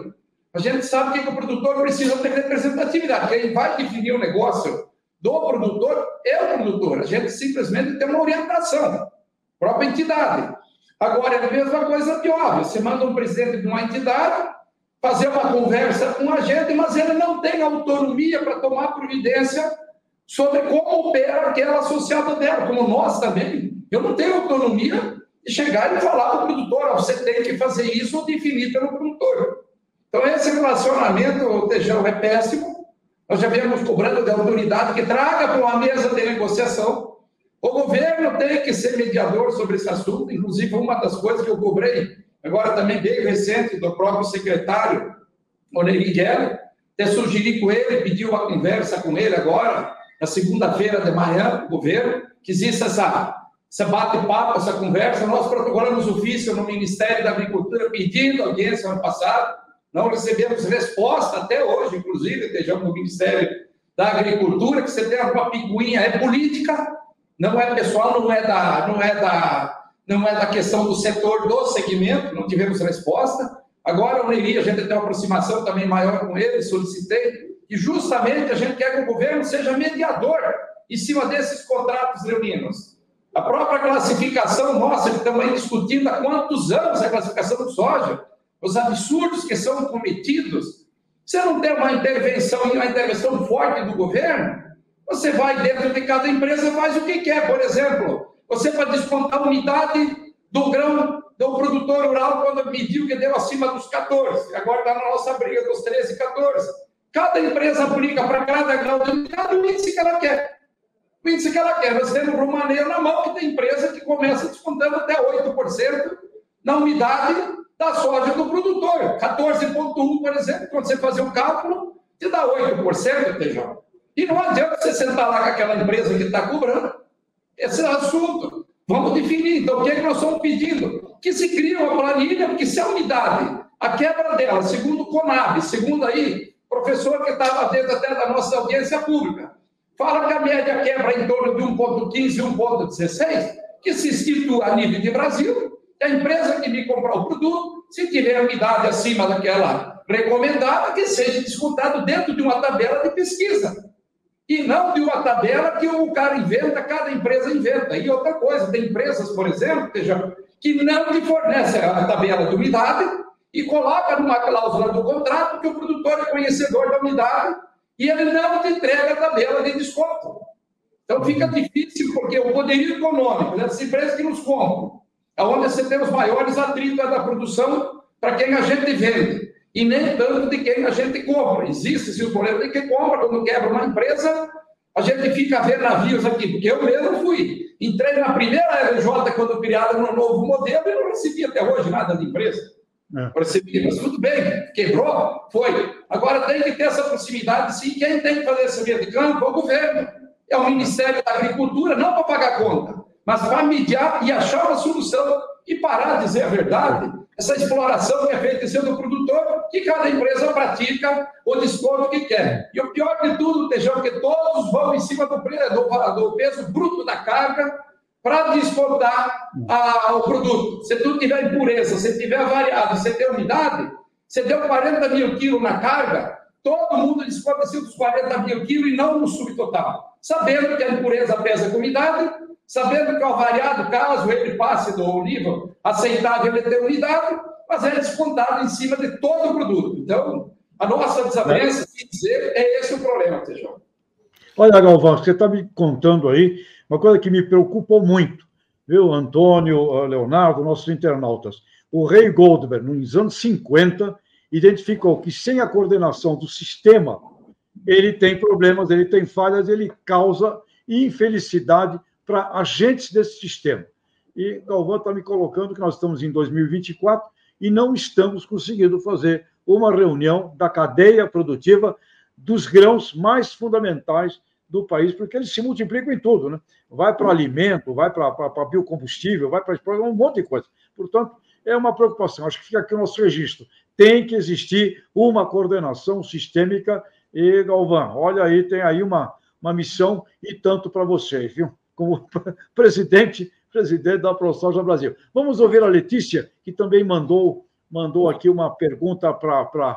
A gente sabe que o produtor precisa ter representatividade. Quem vai definir o negócio do produtor é o produtor. A gente simplesmente tem uma orientação, própria entidade. Agora, é a mesma coisa que óbvio. Você manda um presidente de uma entidade fazer uma conversa com a gente, mas ele não tem autonomia para tomar providência sobre como opera aquela associada dela, como nós também. Eu não tenho autonomia de chegar e falar para o produtor, você tem que fazer isso ou definir pelo produtor. Então, esse relacionamento, Tejão, é péssimo. Nós já viemos cobrando da autoridade que traga para uma mesa de negociação. O governo tem que ser mediador sobre esse assunto. Inclusive, uma das coisas que eu cobrei, agora também bem recente, do próprio secretário, Oneri Guerra, até sugeri com ele, pediu uma conversa com ele agora, na segunda-feira de manhã, o governo, que existe essa, essa bate-papo, essa conversa. Nós protocolamos ofício no Ministério da Agricultura pedindo audiência ano passado. Não recebemos resposta até hoje, inclusive, estejamos no Ministério da Agricultura, que você tem uma picuinha, é política, não é pessoal, não é da, não é da, não é da questão do setor, do segmento, não tivemos resposta. Agora, o Nery, a gente tem uma aproximação também maior com ele, solicitei, e justamente a gente quer que o governo seja mediador em cima desses contratos leoninos. A própria classificação nossa, que estamos aí discutindo há quantos anos a classificação do soja, os absurdos que são cometidos, você não tem uma intervenção, uma intervenção forte do governo, você vai dentro de cada empresa e faz o que quer. Por exemplo, você vai descontar a unidade do grão do produtor rural quando mediu que deu acima dos quatorze, agora está na nossa briga dos treze e quatorze. Cada empresa aplica para cada grau de unidade o índice que ela quer. O índice que ela quer. Nós temos um maneiro na mão que tem empresa que começa descontando até oito por cento na unidade da soja do produtor. quatorze vírgula um, por exemplo, quando você fazer um cálculo, te dá oito por cento, T J. E não adianta você sentar lá com aquela empresa que está cobrando. Esse é o assunto. Vamos definir. Então, o que é que nós estamos pedindo? Que se crie uma planilha, porque se a unidade, a quebra dela, segundo o Conab, segundo aí, professor que estava dentro até da nossa audiência pública, fala que a média quebra em torno de um vírgula quinze, um vírgula dezesseis, que se institui a nível de Brasil. A empresa que me comprar o produto, se tiver a unidade acima daquela recomendada, que seja descontado dentro de uma tabela de pesquisa. E não de uma tabela que o cara inventa, cada empresa inventa. E outra coisa, tem empresas, por exemplo, que não te fornecem a tabela de unidade e coloca numa cláusula do contrato que o produtor é conhecedor da unidade e ele não te entrega a tabela de desconto. Então fica difícil, porque o poderio econômico dessas empresas que nos compram, onde você tem os maiores atritos da produção para quem a gente vende, e nem tanto de quem a gente compra. Existe sim o problema de quem compra, quando quebra uma empresa, a gente fica a ver navios aqui, porque eu mesmo fui, entrei na primeira L J quando criada no novo modelo e não recebi até hoje nada de empresa. É. Recebi, mas tudo bem, quebrou, foi. Agora tem que ter essa proximidade, sim. Quem tem que fazer esse meio de campo é o governo, é o Ministério da Agricultura, não para pagar conta, mas para mediar e achar uma solução e parar de dizer a verdade, essa exploração que é feita em cima do produtor, que cada empresa pratica o desconto que quer. E o pior de tudo, Tejão, que todos vão em cima do, do, do peso bruto da carga para descontar a, o produto. Se tu tiver impureza, se tiver variado, se tiver umidade, você deu quarenta mil quilos na carga, todo mundo desconta acima dos quarenta mil quilos e não no subtotal. Sabendo que a impureza pesa com umidade, sabendo que o variado, caso ele passe do nível aceitável, ele tem unidade, mas é descontado em cima de todo o produto. Então, a nossa desavença, se dizer, é esse o problema, Tejão. Olha, Galvão, você está me contando aí uma coisa que me preocupou muito, viu, Antônio, Leonardo, nossos internautas. O Ray Goldberg, nos anos cinquenta, identificou que sem a coordenação do sistema, ele tem problemas, ele tem falhas, ele causa infelicidade para agentes desse sistema. E Galvão está me colocando que nós estamos em dois mil e vinte e quatro e não estamos conseguindo fazer uma reunião da cadeia produtiva dos grãos mais fundamentais do país, porque eles se multiplicam em tudo, né? Vai para alimento, vai para biocombustível, vai para um monte de coisa. Portanto, é uma preocupação. Acho que fica aqui o nosso registro. Tem que existir uma coordenação sistêmica. E, Galvão, olha aí, tem aí uma, uma missão e tanto para vocês, viu? Como presidente, presidente da ProSoja Brasil. Vamos ouvir a Letícia, que também mandou, mandou aqui uma pergunta para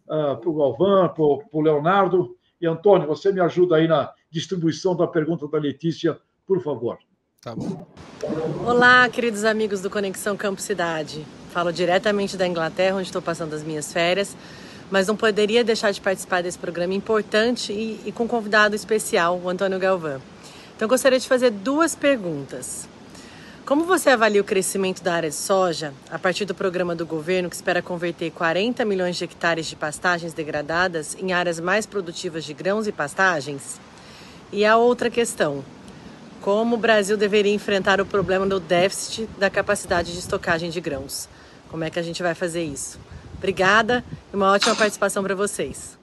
uh, para o Galvão, para o Leonardo. E, Antônio, você me ajuda aí na distribuição da pergunta da Letícia, por favor. Tá bom. Olá, queridos amigos do Conexão Campo Cidade. Falo diretamente da Inglaterra, onde estou passando as minhas férias, mas não poderia deixar de participar desse programa importante e, e com um convidado especial, o Antônio Galvão. Então, gostaria de fazer duas perguntas. Como você avalia o crescimento da área de soja a partir do programa do governo que espera converter quarenta milhões de hectares de pastagens degradadas em áreas mais produtivas de grãos e pastagens? E a outra questão, como o Brasil deveria enfrentar o problema do déficit da capacidade de estocagem de grãos? Como é que a gente vai fazer isso? Obrigada e uma ótima participação para vocês.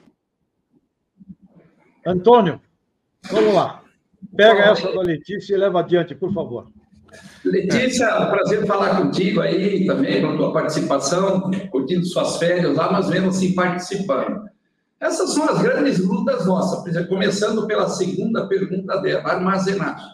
Antônio, vamos lá. Pega essa da Letícia e leva adiante, por favor. Letícia, é um prazer falar contigo aí também, com a tua participação, curtindo suas férias lá, mas mesmo assim participando. Essas são as grandes lutas nossas, começando pela segunda pergunta dela, armazenagem.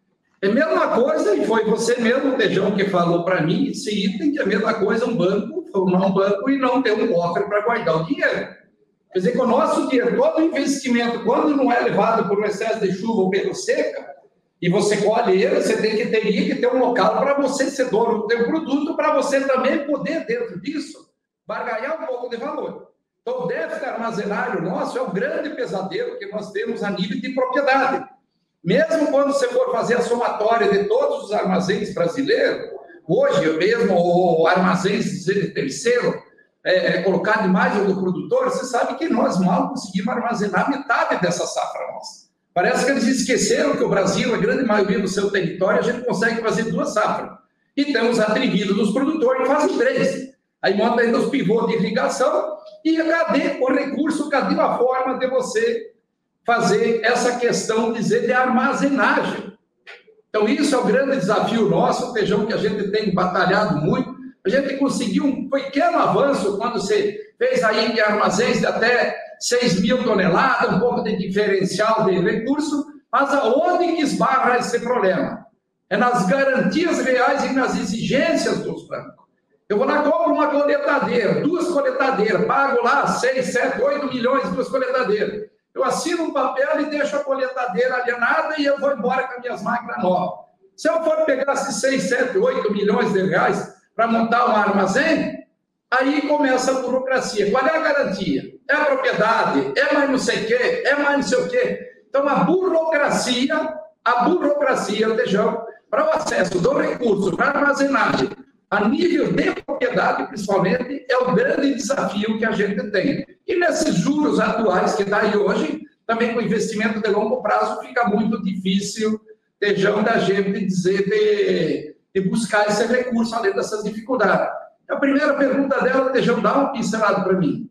É a mesma coisa, e foi você mesmo, Tejão, que falou para mim, esse item que é a mesma coisa, um banco, formar um banco e não ter um cofre para guardar o dinheiro. Quer dizer que o nosso dinheiro, todo investimento, quando não é levado por um excesso de chuva ou pelo seca, e você colhe ele, você tem que, teria que ter um local para você ser dono do teu produto, para você também poder, dentro disso, barganhar um pouco de valor. Então, o déficit armazenário nosso é o grande pesadelo que nós temos a nível de propriedade. Mesmo quando você for fazer a somatória de todos os armazéns brasileiros, hoje mesmo o armazéns de terceiro, é, é colocado em margem do produtor, você sabe que nós mal conseguimos armazenar metade dessa safra nossa. Parece que eles esqueceram que o Brasil, a grande maioria do seu território, a gente consegue fazer duas safras. E temos atrevido dos produtores que fazem três. Aí monta ainda os pivôs de irrigação e cadê o recurso, cadê a forma de você fazer essa questão, dizer, de armazenagem. Então, isso é o grande desafio nosso, Tejão, que a gente tem batalhado muito. A gente conseguiu um pequeno avanço quando você fez aí de armazéns de até seis mil toneladas, um pouco de diferencial de recurso, mas aonde que esbarra esse problema? É nas garantias reais e nas exigências dos bancos. Eu vou lá, compro uma coletadeira, duas coletadeiras, pago lá seis, sete, oito milhões, duas coletadeiras. Eu assino um papel e deixo a coletadeira alienada e eu vou embora com as minhas máquinas novas. Se eu for pegar esses seis, sete, oito milhões de reais para montar um armazém, aí começa a burocracia. Qual é a garantia? É a propriedade? É mais não sei o quê? É mais não sei o quê? Então, a burocracia, a burocracia, Tejão, para o acesso do recurso, para armazenagem, a nível de propriedade, principalmente, é o grande desafio que a gente tem. E nesses juros atuais que está aí hoje, também com investimento de longo prazo, fica muito difícil, Tejão, da gente dizer de, de buscar esse recurso além dessas dificuldades. A primeira pergunta dela, Tejão, dá uma pincelada para mim.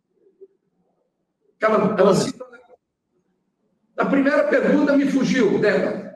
Ela, ela cita... A primeira pergunta me fugiu dela.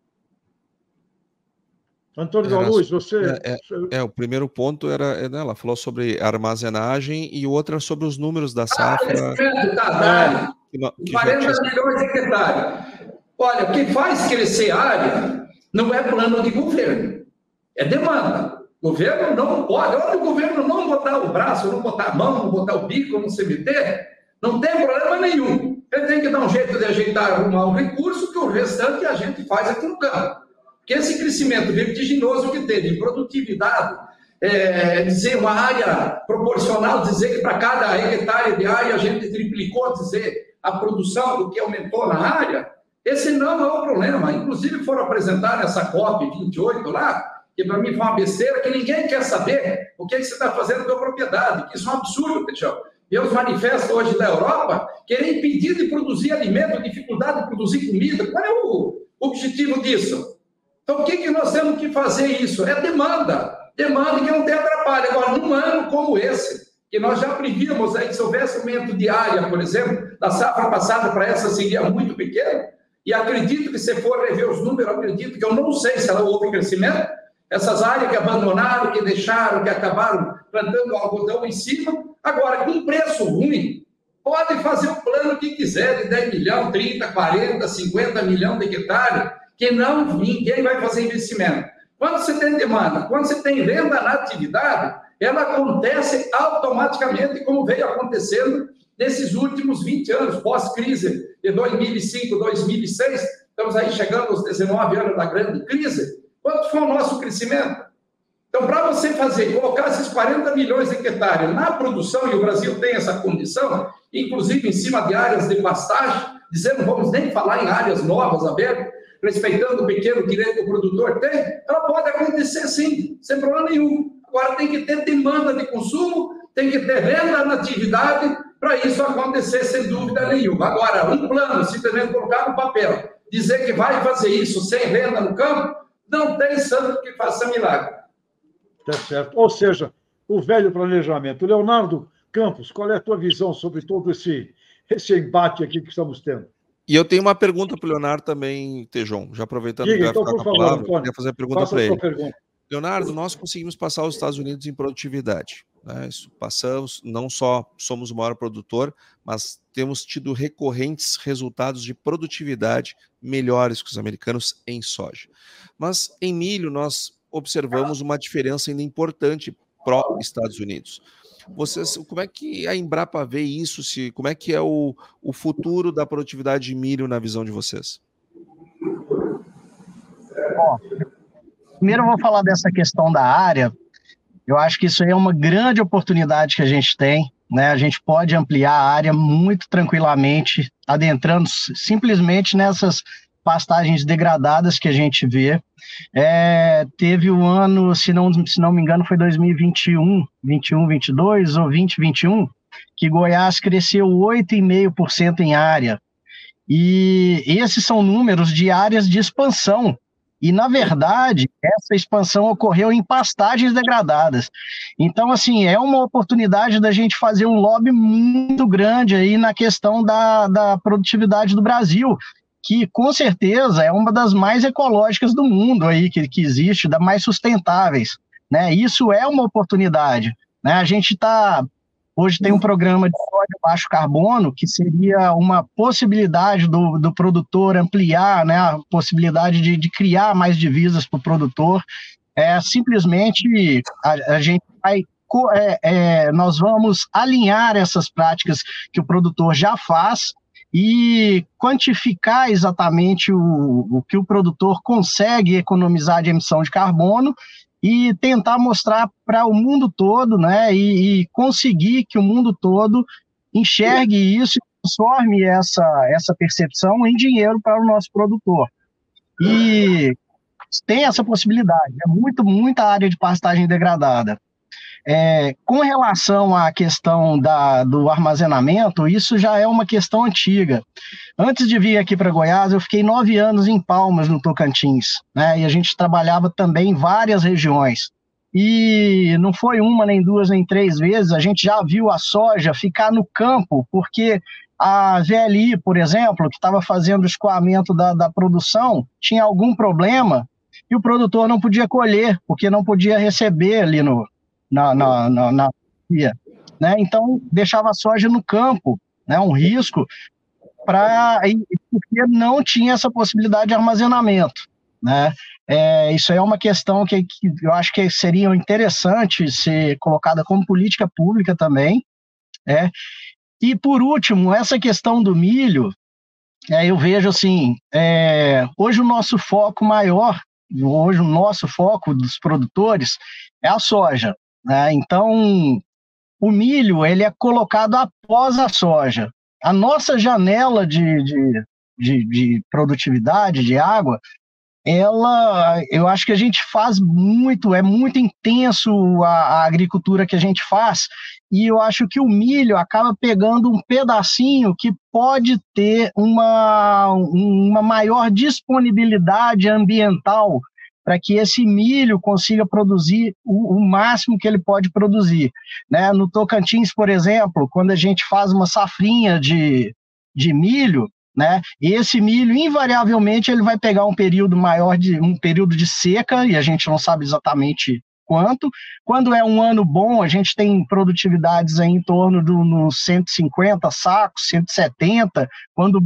Antônio da Luz, você... É, é, é, o primeiro ponto era... Ela falou sobre armazenagem e o outro sobre os números da safra. Ah, é, tá, é, que, que quarenta tinha... milhões de hectares. Olha, o que faz crescer a área não é plano de governo, é demanda. O governo não pode... Olha, o governo não botar o braço, não botar a mão, não botar o bico, não se meter, não tem problema nenhum. Ele tem que dar um jeito de ajeitar, arrumar um recurso que o restante a gente faz aqui no campo. Porque esse crescimento vertiginoso que teve em produtividade, é, dizer uma área proporcional, dizer que para cada hectare de área a gente triplicou, dizer a produção do que aumentou na área, esse não é o problema. Inclusive foram apresentar nessa COP vinte e oito lá, que para mim foi uma besteira, que ninguém quer saber o que, é que você está fazendo com a propriedade, que isso é um absurdo, Tejão. E os manifestos hoje da Europa querem impedir de produzir alimento, dificuldade de produzir comida. Qual é o objetivo disso? Então, o que, que nós temos que fazer isso? É demanda. Demanda que não tem atrapalho. Agora, num ano como esse, que nós já prevíamos aí que se houvesse aumento de área, por exemplo, da safra passada para essa seria muito pequeno, e acredito que se for rever os números, acredito que eu não sei se ela houve crescimento, essas áreas que abandonaram, que deixaram, que acabaram plantando algodão em cima, agora, com preço ruim, pode fazer o plano que quiser, de dez milhões, trinta, quarenta, cinquenta milhões de hectares, que não, ninguém vai fazer investimento. Quando você tem demanda, quando você tem venda na atividade, ela acontece automaticamente, como veio acontecendo nesses últimos vinte anos, pós-crise de dois mil e cinco, dois mil e seis, estamos aí chegando aos dezenove anos da grande crise. Quanto foi o nosso crescimento? Então, para você fazer, colocar esses quarenta milhões de hectares na produção, e o Brasil tem essa condição, inclusive em cima de áreas de pastagem, dizendo, vamos nem falar em áreas novas, abertas, respeitando o pequeno direito que o produtor tem, ela pode acontecer sim, sem problema nenhum. Agora tem que ter demanda de consumo, tem que ter renda na atividade para isso acontecer sem dúvida nenhuma. Agora, um plano, simplesmente colocar no papel, dizer que vai fazer isso sem renda no campo, não tem santo que faça milagre. Tá certo. Ou seja, o velho planejamento. Leonardo Campos, qual é a tua visão sobre todo esse, esse embate aqui que estamos tendo? E eu tenho uma pergunta para o Leonardo também, Tejon, já aproveitando Diga, que vai então, ficar por com a favor, palavra, Antônio, eu queria fazer a pergunta faça para a ele. tua pergunta. Leonardo, nós conseguimos passar os Estados Unidos em produtividade. Né? Isso, passamos, não só somos o maior produtor, mas temos tido recorrentes resultados de produtividade melhores que os americanos em soja. Mas em milho nós observamos uma diferença ainda importante pró-Estados Unidos. Vocês, como é que a Embrapa vê isso? Se, como é que é o, o futuro da produtividade de milho na visão de vocês? Bom, primeiro eu vou falar dessa questão da área. Eu acho que isso aí é uma grande oportunidade que a gente tem, né? A gente pode ampliar a área muito tranquilamente, adentrando simplesmente nessas pastagens degradadas que a gente vê. É, teve o ano, se não, se não me engano, foi dois mil e vinte e um, vinte e um, vinte e dois ou vinte, vinte e um, que Goiás cresceu oito vírgula cinco por cento em área. E esses são números de áreas de expansão. E, na verdade, essa expansão ocorreu em pastagens degradadas. Então, assim, é uma oportunidade da gente fazer um lobby muito grande aí na questão da, da produtividade do Brasil, que, com certeza, é uma das mais ecológicas do mundo aí, que, que existe, das mais sustentáveis. Né? Isso é uma oportunidade. Né? A gente está... Hoje tem um programa de soja baixo carbono, que seria uma possibilidade do, do produtor ampliar, né, a possibilidade de, de criar mais divisas para o produtor. É, simplesmente a, a gente vai, é, é, nós vamos alinhar essas práticas que o produtor já faz e quantificar exatamente o, o que o produtor consegue economizar de emissão de carbono e tentar mostrar para o mundo todo, né, e, e conseguir que o mundo todo enxergue isso e transforme essa, essa percepção em dinheiro para o nosso produtor. E tem essa possibilidade, é muito, muita área de pastagem degradada. É, com relação à questão da, do armazenamento, isso já é uma questão antiga. Antes de vir aqui para Goiás, eu fiquei nove anos em Palmas, no Tocantins, né? E a gente trabalhava também em várias regiões. E não foi uma, nem duas, nem três vezes, a gente já viu a soja ficar no campo, porque a V L I, por exemplo, que estava fazendo o escoamento da, da produção, tinha algum problema e o produtor não podia colher, porque não podia receber ali no... na, na, na, na né? Então, deixava a soja no campo, né? Um risco, pra, porque não tinha essa possibilidade de armazenamento. Né? É, isso é uma questão que, que eu acho que seria interessante ser colocada como política pública também. É. E, por último, essa questão do milho, é, eu vejo assim, é, hoje o nosso foco maior, hoje o nosso foco dos produtores é a soja. Né? Então, o milho ele é colocado após a soja. A nossa janela de, de, de, de produtividade de água, ela, eu acho que a gente faz muito, é muito intenso a, a agricultura que a gente faz, e eu acho que o milho acaba pegando um pedacinho que pode ter uma, uma maior disponibilidade ambiental para que esse milho consiga produzir o, o máximo que ele pode produzir. Né? No Tocantins, por exemplo, quando a gente faz uma safrinha de, de milho, né, esse milho, invariavelmente, ele vai pegar um período maior, de um período de seca, e a gente não sabe exatamente quanto. Quando é um ano bom, a gente tem produtividades aí em torno dos cento e cinquenta sacos, cento e setenta, quando...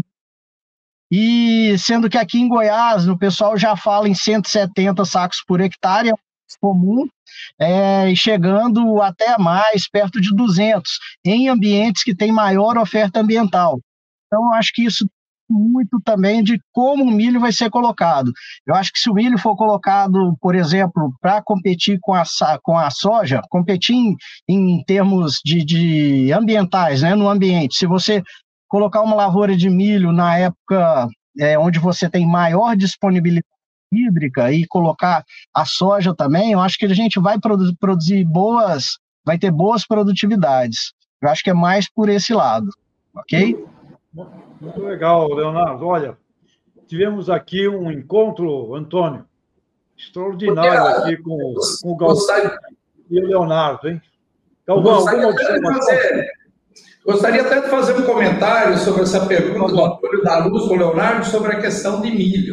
E sendo que aqui em Goiás, o pessoal já fala em cento e setenta sacos por hectare, comum, é, e chegando até mais, perto de duzentos, em ambientes que têm maior oferta ambiental. Então, eu acho que isso muito também de como o milho vai ser colocado. Eu acho que se o milho for colocado, por exemplo, para competir com a, com a soja, competir em, em termos de, de ambientais, né, no ambiente, se você colocar uma lavoura de milho na época é, onde você tem maior disponibilidade hídrica e colocar a soja também, eu acho que a gente vai produ- produzir boas, vai ter boas produtividades. Eu acho que é mais por esse lado, ok? Muito legal, Leonardo. Olha, tivemos aqui um encontro, Antônio, extraordinário aqui com, com o Galvão e o Leonardo, hein? Galvão, alguma observação? Gostaria até de fazer um comentário sobre essa pergunta do Antônio da Luz com o Leonardo sobre a questão de milho.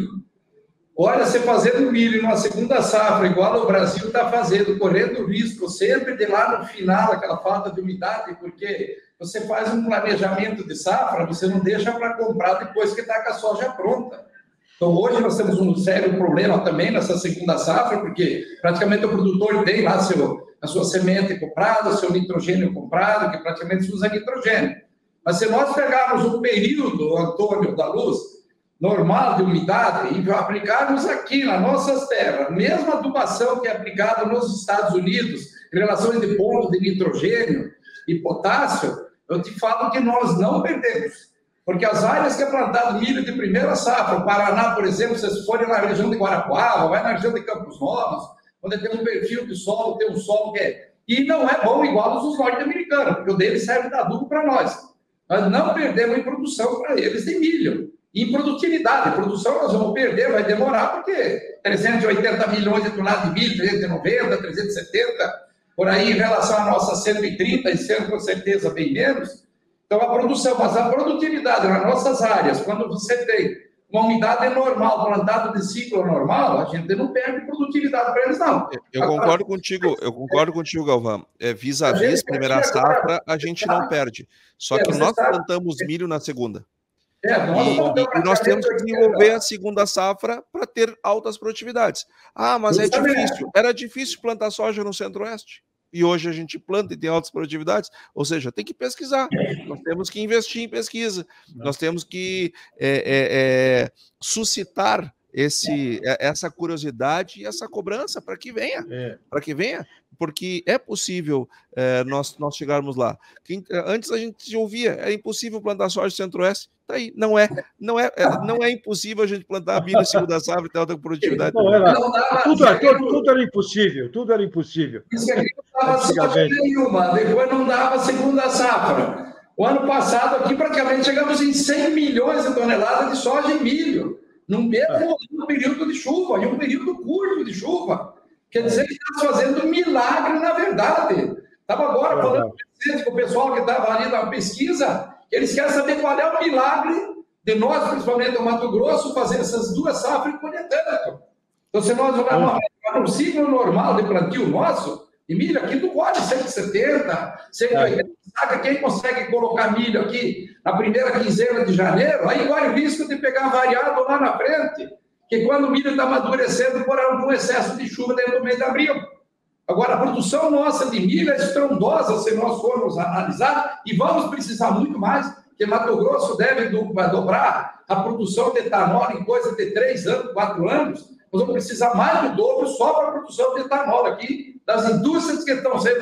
Olha, você fazendo milho numa segunda safra, igual o Brasil está fazendo, correndo o risco sempre de lá no final, aquela falta de umidade, porque você faz um planejamento de safra, você não deixa para comprar depois que está com a soja pronta. Então, hoje nós temos um sério problema também nessa segunda safra, porque praticamente o produtor tem lá seu, a sua semente comprada, o seu nitrogênio comprado, que praticamente usa nitrogênio. Mas se nós pegarmos um período, Antônio da Luz, normal de umidade, e aplicarmos aqui nas nossas terras, mesma adubação que é aplicada nos Estados Unidos, em relações de ponto de nitrogênio e potássio, eu te falo que nós não perdemos. Porque as áreas que é plantado milho de primeira safra, o Paraná, por exemplo, se vocês forem na região de Guarapuava, vai na região de Campos Novos, onde tem um perfil de solo, tem um solo que é... E não é bom igual os norte-americanos, porque o deles serve de adubo para nós. Nós não perdemos em produção para eles de milho. Em produtividade, produção nós vamos perder, vai demorar, porque trezentos e oitenta milhões de toneladas de milho, trezentos e noventa, trezentos e setenta, por aí em relação à nossa cento e trinta, e sendo com certeza bem menos. Então, a produção, mas a produtividade nas nossas áreas, quando você tem uma umidade normal, plantado de ciclo normal, a gente não perde produtividade para eles, não. Eu concordo contigo, eu concordo contigo, Galvão. É, vis-a-vis, primeira safra, a gente não perde. Só que nós plantamos milho na segunda. É, nós e, e nós temos que desenvolver a segunda safra para ter altas produtividades. Ah, mas é difícil. Era difícil plantar soja no Centro-Oeste. E hoje a gente planta e tem altas produtividades, ou seja, tem que pesquisar, nós temos que investir em pesquisa, nós temos que é, é, é, suscitar esse, essa curiosidade e essa cobrança para que venha, é. para que venha, porque é possível é, nós, nós chegarmos lá. Quem, antes a gente ouvia, é impossível plantar soja no Centro-Oeste, tá aí, não é, não é, é, não é impossível a gente plantar milho na segunda safra e ter alta produtividade. Não, era, tudo, tudo, tudo era impossível, tudo era impossível. Isso aqui não dava soja nenhuma, depois não dava segunda safra. O ano passado aqui praticamente chegamos em cem milhões de toneladas de soja e milho, no mesmo é. período de chuva, em um período curto de chuva. Quer dizer que está fazendo um milagre, na verdade. Estava agora é falando com o pessoal que estava ali na pesquisa, que eles querem saber qual é o milagre de nós, principalmente no Mato Grosso, fazer essas duas safras e colher tanto. Então, se nós olharmos para um ciclo normal de plantio nosso, de milho aqui do colhe cento e setenta, cento e oitenta, saca? Quem consegue colocar milho aqui na primeira quinzena de janeiro, aí corre o risco de pegar variado lá na frente, que quando o milho está amadurecendo por algum excesso de chuva dentro do mês de abril. Agora, a produção nossa de milho é estrondosa, se nós formos analisar, e vamos precisar muito mais, porque Mato Grosso deve do, dobrar a produção de etanol em coisa de três anos, quatro anos, nós vamos precisar mais do dobro só para a produção de etanol aqui, das indústrias que estão sendo,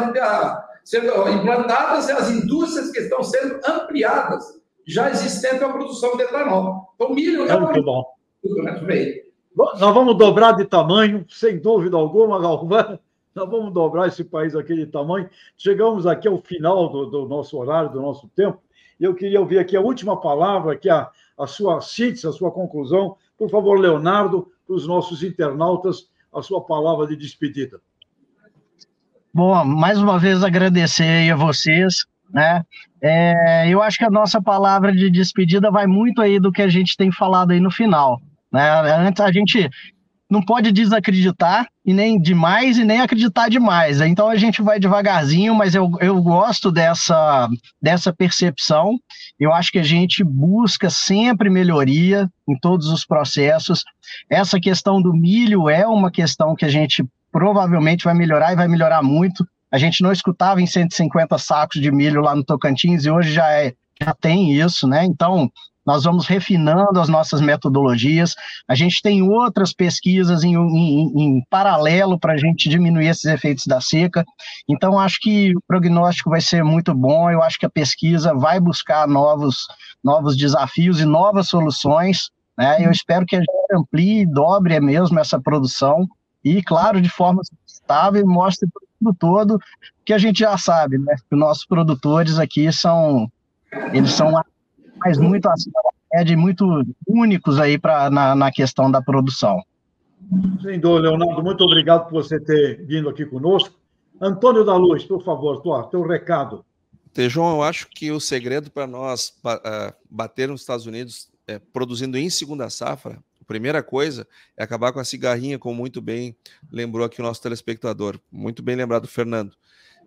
sendo implantadas e as indústrias que estão sendo ampliadas, já existente a produção de etanol. Então, milho é muito bom. Né? Nós vamos dobrar de tamanho, sem dúvida alguma, Galvão. Nós vamos dobrar esse país aqui de tamanho. Chegamos aqui ao final do, do nosso horário, do nosso tempo, e eu queria ouvir aqui a última palavra, que é a, a sua síntese, a sua conclusão. Por favor, Leonardo, para os nossos internautas, a sua palavra de despedida. Bom, mais uma vez agradecer aí a vocês, né? É, eu acho que a nossa palavra de despedida vai muito aí do que a gente tem falado aí no final, né? Antes a gente não pode desacreditar e nem demais e nem acreditar demais. Então a gente vai devagarzinho, mas eu, eu gosto dessa, dessa percepção. Eu acho que a gente busca sempre melhoria em todos os processos. Essa questão do milho é uma questão que a gente provavelmente vai melhorar e vai melhorar muito. A gente não escutava em cento e cinquenta sacos de milho lá no Tocantins e hoje já, é, já tem isso, né? Então, nós vamos refinando as nossas metodologias. A gente tem outras pesquisas em, em, em paralelo para a gente diminuir esses efeitos da seca. Então, acho que o prognóstico vai ser muito bom. Eu acho que a pesquisa vai buscar novos, novos desafios e novas soluções, né? Eu espero que a gente amplie e dobre mesmo essa produção e, claro, de forma sustentável e mostre para o mundo todo que a gente já sabe, né? Que os nossos produtores aqui são, eles são mais muito acima da média e muito únicos aí pra, na, na questão da produção. Sem dúvida, Leonardo, muito obrigado por você ter vindo aqui conosco. Antônio da Luz, por favor, tua, teu recado. Tejon, eu acho que o segredo para nós bater nos Estados Unidos é, produzindo em segunda safra, a primeira coisa é acabar com a cigarrinha, como muito bem lembrou aqui o nosso telespectador, muito bem lembrado, Fernando.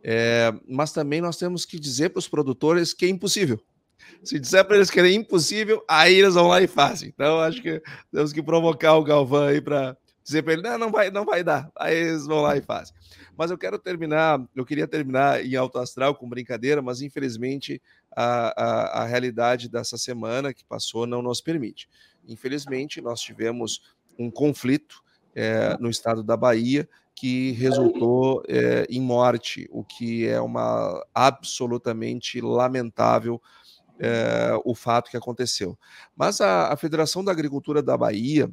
É, mas também nós temos que dizer para os produtores que é impossível. Se disser para eles que é impossível, aí eles vão lá e fazem. Então, acho que temos que provocar o Galvão aí para dizer para ele, não, não vai, não vai dar. Aí eles vão lá e fazem. Mas eu quero terminar, eu queria terminar em alto astral com brincadeira, mas infelizmente a, a, a realidade dessa semana que passou não nos permite. Infelizmente, nós tivemos um conflito é, no estado da Bahia que resultou é, em morte, o que é uma absolutamente lamentável É, o fato que aconteceu. Mas a, a Federação da Agricultura da Bahia,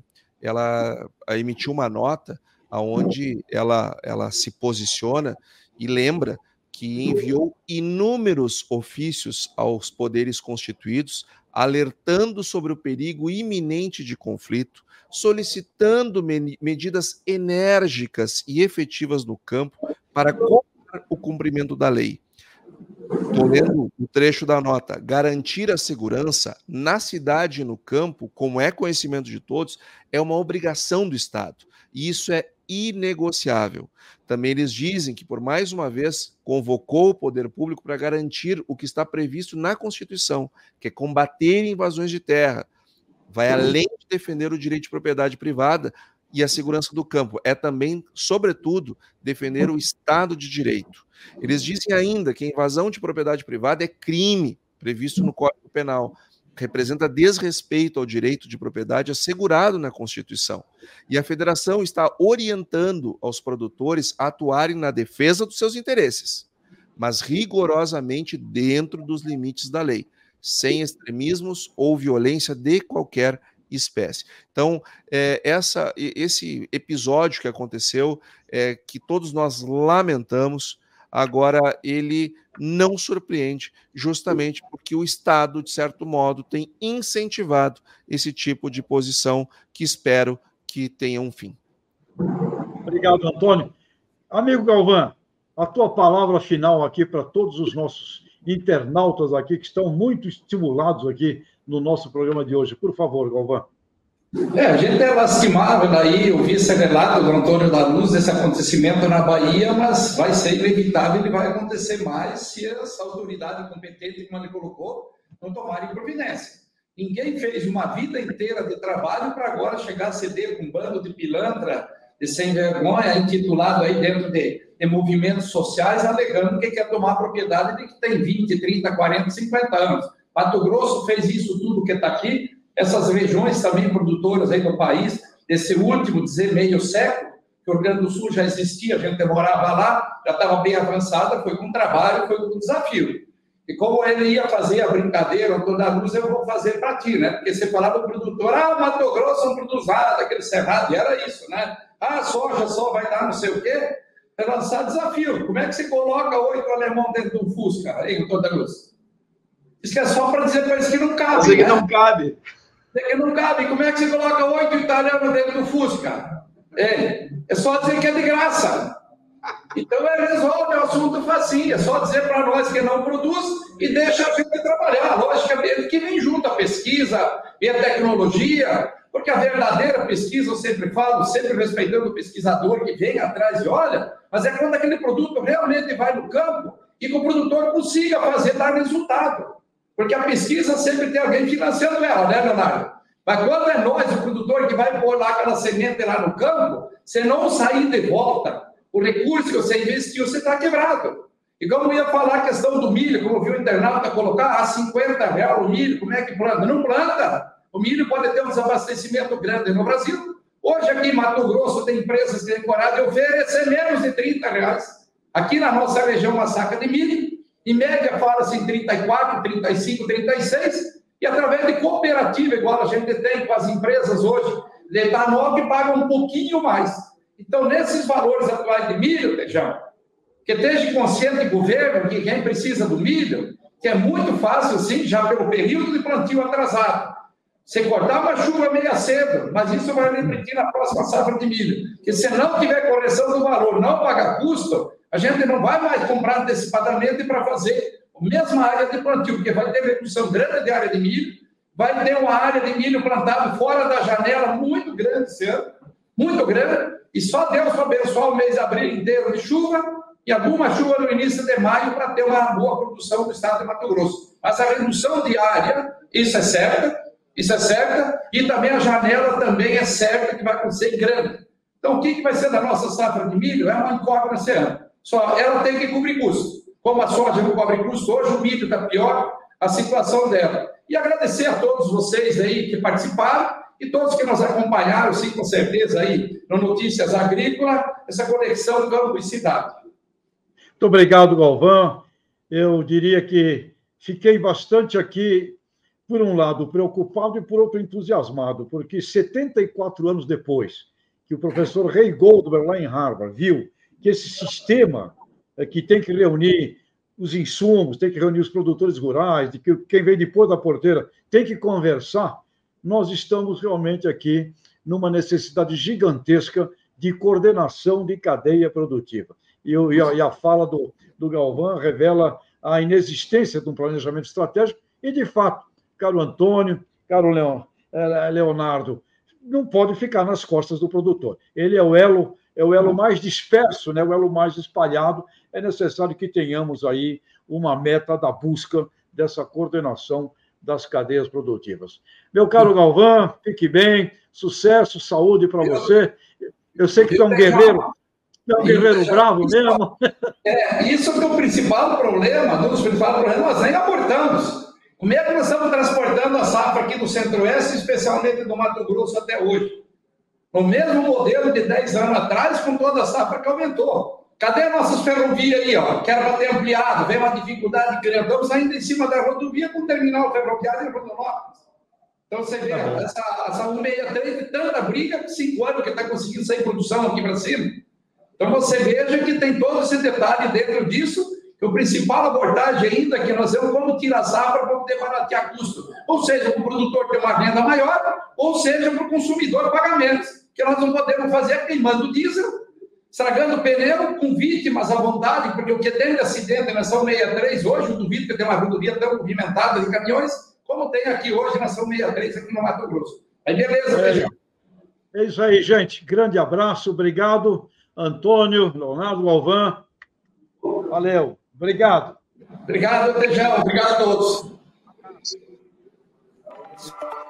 ela emitiu uma nota onde ela, ela se posiciona e lembra que enviou inúmeros ofícios aos poderes constituídos, alertando sobre o perigo iminente de conflito, solicitando me- medidas enérgicas e efetivas no campo para cobrar o cumprimento da lei. Estou lendo o trecho da nota. Garantir a segurança na cidade e no campo, como é conhecimento de todos, é uma obrigação do Estado. E isso é inegociável. Também eles dizem que, por mais uma vez, convocou o poder público para garantir o que está previsto na Constituição, que é combater invasões de terra. Vai além de defender o direito de propriedade privada e a segurança do campo. É também, sobretudo, defender o Estado de Direito. Eles dizem ainda que a invasão de propriedade privada é crime previsto no Código Penal, representa desrespeito ao direito de propriedade assegurado na Constituição. E a federação está orientando aos produtores a atuarem na defesa dos seus interesses, mas rigorosamente dentro dos limites da lei, sem extremismos ou violência de qualquer espécie. Então, é, essa, esse episódio que aconteceu, é, que todos nós lamentamos, agora ele não surpreende, justamente porque o Estado, de certo modo, tem incentivado esse tipo de posição que espero que tenha um fim. Obrigado, Antônio. Amigo Galvão, a tua palavra final aqui para todos os nossos internautas aqui que estão muito estimulados aqui no nosso programa de hoje. Por favor, Galvão. É, a gente é lastimável daí ouvir esse relato do Antônio da Luz desse acontecimento na Bahia, mas vai ser inevitável e vai acontecer mais se essa autoridade competente, como ele colocou, não tomarem providência. Ninguém fez uma vida inteira de trabalho para agora chegar a ceder com um bando de pilantra, de sem vergonha, intitulado aí dentro de, de movimentos sociais, alegando que quer tomar propriedade de que tem vinte, trinta, quarenta, cinquenta anos. Mato Grosso fez isso tudo que está aqui. Essas regiões também produtoras aí do país, desse último, dizer, meio século, que o Rio Grande do Sul já existia, a gente morava lá, já estava bem avançada, foi com trabalho, foi com desafio. E como ele ia fazer a brincadeira, o da Luz, eu vou fazer para ti, né? Porque você falava do produtor, ah, Mato Grosso não produz nada, aquele cerrado, e era isso, né? Ah, soja só vai dar não sei o quê, é lançar desafio. Como é que você coloca oito alemão dentro do Fusca, hein, da Luz? Isso que é só para dizer para eles que não cabe. Dizer que né? não cabe. Que não cabe. Como é que você coloca oito italianos dentro do Fusca? É, é só dizer que é de graça. Então, ele resolve o assunto facinho. É só dizer para nós que não produz e deixa a gente trabalhar. Logicamente que vem junto a pesquisa e a tecnologia, porque a verdadeira pesquisa, eu sempre falo, sempre respeitando o pesquisador que vem atrás e olha, mas é quando aquele produto realmente vai no campo e que o produtor consiga fazer, dar resultado. Porque a pesquisa sempre tem alguém financiando ela, né, Leonardo? Mas quando é nós, o produtor, que vai pôr lá aquela semente lá no campo, você não sair de volta, o recurso que você investiu, você está quebrado. E como eu ia falar a questão do milho, como eu vi o internauta colocar, a cinquenta reais o milho, como é que planta? Não planta. O milho pode ter um desabastecimento grande no Brasil. Hoje aqui em Mato Grosso tem empresas que têm coragem de oferecer menos de trinta reais. Aqui na nossa região, uma saca de milho, em média fala-se em trinta e quatro, trinta e cinco, trinta e seis, e através de cooperativa, igual a gente tem com as empresas hoje, de etanol, que pagam um pouquinho mais. Então, nesses valores atuais de milho, Tejão, que esteja consciente o governo que quem precisa do milho, que é muito fácil, sim, já pelo período de plantio atrasado. Você cortar uma chuva meia cedo, mas isso vai repetir na próxima safra de milho. Que se não tiver correção do valor, não pagar custo, a gente não vai mais comprar antecipadamente para fazer a mesma área de plantio, porque vai ter redução grande de área de milho, vai ter uma área de milho plantado fora da janela muito grande esse ano, muito grande, e só Deus para abençoar o mês de abril inteiro de chuva e alguma chuva no início de maio para ter uma boa produção do estado de Mato Grosso. Mas a redução de área, isso é certa, isso é certa, e também a janela também é certa que vai acontecer grande. Então, o que, que vai ser da nossa safra de milho? É uma incógnita esse ano. Só ela tem que cobrir custo. Como a soja não cobre custo, hoje o milho está pior, a situação dela. E agradecer a todos vocês aí que participaram e todos que nos acompanharam, sim, com certeza, aí no Notícias Agrícolas, essa conexão campo e cidade. Muito obrigado, Galvão. Eu diria que fiquei bastante aqui, por um lado, preocupado e por outro entusiasmado, porque setenta e quatro anos depois que o professor Ray Goldberg, lá em Harvard, viu que esse sistema é, que tem que reunir os insumos, tem que reunir os produtores rurais, de que quem vem depois da porteira tem que conversar, nós estamos realmente aqui numa necessidade gigantesca de coordenação de cadeia produtiva. E, eu, e, a, e a fala do, do Galvão revela a inexistência de um planejamento estratégico e, de fato, caro Antônio, caro Leonardo, não pode ficar nas costas do produtor. Ele é o elo, é o elo mais disperso, né? O elo mais espalhado. É necessário que tenhamos aí uma meta da busca dessa coordenação das cadeias produtivas. Meu caro Galvão, fique bem, sucesso, saúde para você. Eu sei que tu é um guerreiro, é um guerreiro bravo mesmo. É, isso que é o principal problema, um dos principais problemas, nós nem abortamos. Como é que nós estamos transportando a safra aqui do Centro-Oeste, especialmente do Mato Grosso, até hoje? No mesmo modelo de dez anos atrás, com toda a safra que aumentou. Cadê as nossas ferrovias aí, ó? Que era para ter ampliado, vem uma dificuldade grande. Estamos ainda em cima da rodovia com o terminal ferroviário em Rondonópolis. Então você vê, ah, essa, essa cento e sessenta e três de tanta briga, com cinco anos que está conseguindo sair produção aqui para cima. Então você veja que tem todo esse detalhe dentro disso, que o principal abordagem ainda é que nós temos como tirar a safra para poder baratear custo. Ou seja, para o produtor ter uma renda maior, ou seja, para o consumidor pagamentos. Que nós não podemos fazer queimando diesel, estragando pneu, com vítimas à vontade, porque o que tem de acidente na São sessenta e três hoje, eu duvido que tem uma rodovia tão movimentada de caminhões, como tem aqui hoje na São sessenta e três, aqui no Mato Grosso. Aí beleza, Feijão. É, é isso aí, gente. Grande abraço, obrigado, Antônio, Leonardo, Galvão. Valeu, obrigado. Obrigado, Feijão. Obrigado a todos.